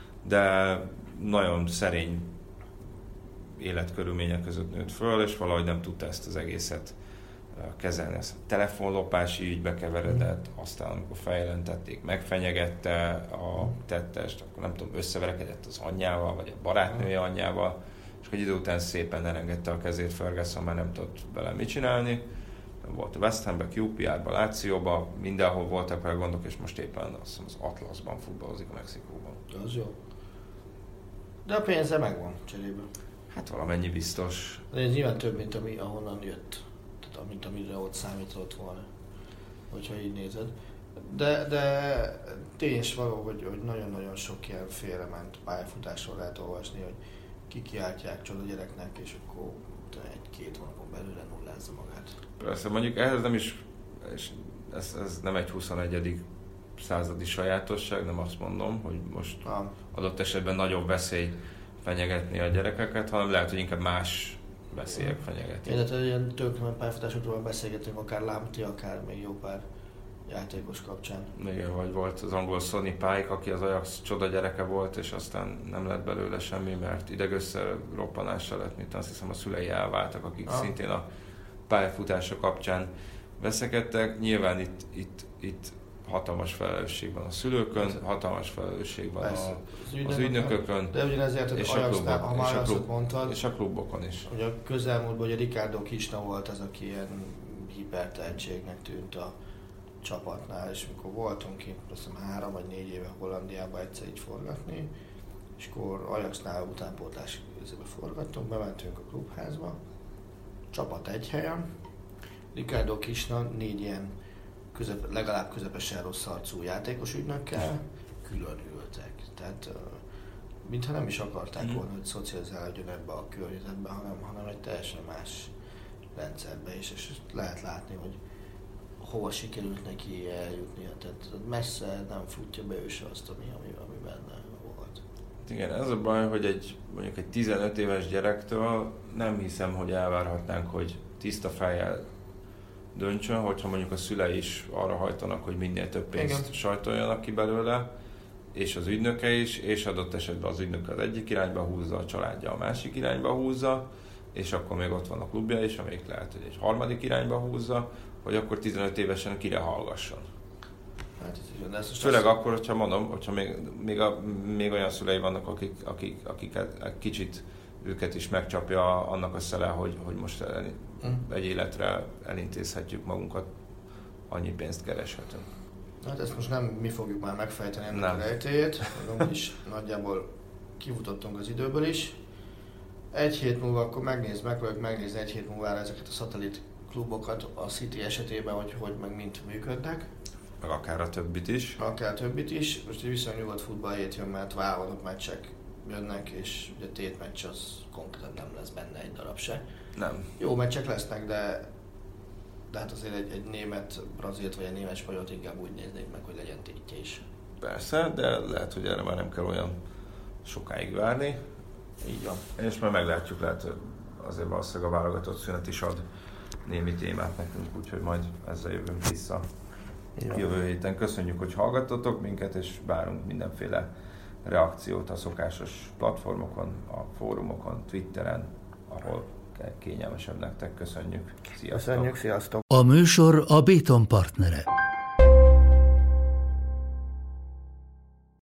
de nagyon szerény életkörülmények között nőtt föl, és valahogy nem tudta ezt az egészet kezelni. Ezt a telefonlopási ügybe keveredett, aztán amikor feljelentették, megfenyegette a tettest, akkor nem tudom, összeverekedett az anyjával, vagy a barátnője anyjával, és hogy idő után szépen elengedte a kezét Ferguson, már nem tudott vele mit csinálni. Volt a West Hamben, kú pé er-ben, Lációban, mindenhol voltak vele gondok, és most éppen azt hiszem az Atlasban futballozik a Mexikóban. Az jó. De a pénze megvan cserében. Hát valamennyi biztos. De ez nyilván több, mint ami, ahonnan jött. Tehát mint amire ott számított volna, hogyha így nézed. De, de tény is való, hogy, hogy nagyon-nagyon sok ilyen félrement pályafutásról lehet olvasni, hogy kikiáltják csoda gyereknek, és akkor egy-két hónapon belőle nullázza magát. Persze, mondjuk ehhez nem is, és ez, ez nem egy huszonegyedik századi sajátosság, nem azt mondom, hogy most ah. adott esetben nagyobb veszély fenyegetni a gyerekeket, hanem lehet, hogy inkább más veszélyek fenyegetni. Én, tehát ilyen tőkemen pályafutásokról beszélgetünk, akár Lamptey, akár még jó pár játékos kapcsán. Igen, vagy volt az angol Sonny Pike, aki az Ajax csoda gyereke volt, és aztán nem lett belőle semmi, mert idegösszeroppanással lett, mint azt hiszem a szülei elváltak, akik ah. szintén a pályafutása kapcsán veszekedtek. Nyilván itt, itt, itt hatalmas felelősség van a szülőkön, hatalmas felelősség van a, az ügynökökön, de ugyanezért, hogy és, a a klubok, ha már és, a klub, mondtad, és a klubokon is. Ugye a közelmúltban, hogy a Ricardo Kisna volt az, aki ilyen hipertehetségnek tűnt a csapatnál, és mikor voltunk itt, azt hiszem három vagy négy éve Hollandiában egyszer így forgatni, és akkor Ajaxnál utánpótlás közben forgattunk, bementünk a klubházba, csapat egy helyen, Ricardo Kisna négy ilyen közep, legalább közepesen rossz arcú játékos ügynökkel külön ültek. Tehát mintha nem is akarták volna, hogy szocializálódjon ebbe a környezetbe, hanem, hanem egy teljesen más rendszerbe is, és lehet látni, hogy hova sikerült neki eljutnia. Tehát messze nem futja be ő se azt, ami, ami, ami benne volt. Igen, ez a baj, hogy egy, mondjuk egy tizenöt éves gyerektől nem hiszem, hogy elvárhatnánk, hogy tiszta fejjel döntsön, hogyha mondjuk a szülei is arra hajtanak, hogy minél több pénzt Igen. sajtoljanak ki belőle, és az ügynöke is, és adott esetben az ügynök az egyik irányba húzza, a családja a másik irányba húzza, és akkor még ott van a klubja is, amelyik lehet, hogy egy harmadik irányba húzza, hogy akkor tizenöt évesen kire hallgasson. Hát, ez főleg akkor, hogyha mondom, hogyha még, még, a, még olyan szülei vannak, akik, akik, akiket kicsit őket is megcsapja annak a szele, hogy, hogy most el, egy életre elintézhetjük magunkat, annyi pénzt kereshetünk. Hát ezt most nem mi fogjuk már megfejteni ennek nem. a rejtélyét, mondom is nagyjából kifutottunk az időből is. Egy hét múlva akkor megnéz, meg vagyok megnézni egy hét múlva ezeket a szatellit klubokat a City esetében, hogy hogy meg mint működnek. Meg akár a többit is. Akár a többit is. Most egy viszonylag nyugodt futball hét jön, mert válogatott meccsek jönnek, és ugye tét meccs az konkrétan nem lesz benne egy darab se. Nem. Jó meccsek lesznek, de, de hát azért egy, egy német, brazilt vagy egy német spanyolt inkább úgy néznék meg, hogy legyen tétje is. Persze, de lehet, hogy erre már nem kell olyan sokáig várni. Így van. És már meglátjuk, lehet, hogy azért valószínűleg a válogatott szünet is ad némi témát nekünk, úgyhogy majd ezzel jövünk vissza. Igen. Jövő héten. Köszönjük, hogy hallgattatok minket, és várunk mindenféle reakciót a szokásos platformokon, a fórumokon, Twitteren, ahol kényelmesebb nektek. Köszönjük. Sziasztok! Köszönjük, sziasztok! A műsor a Béton partnere.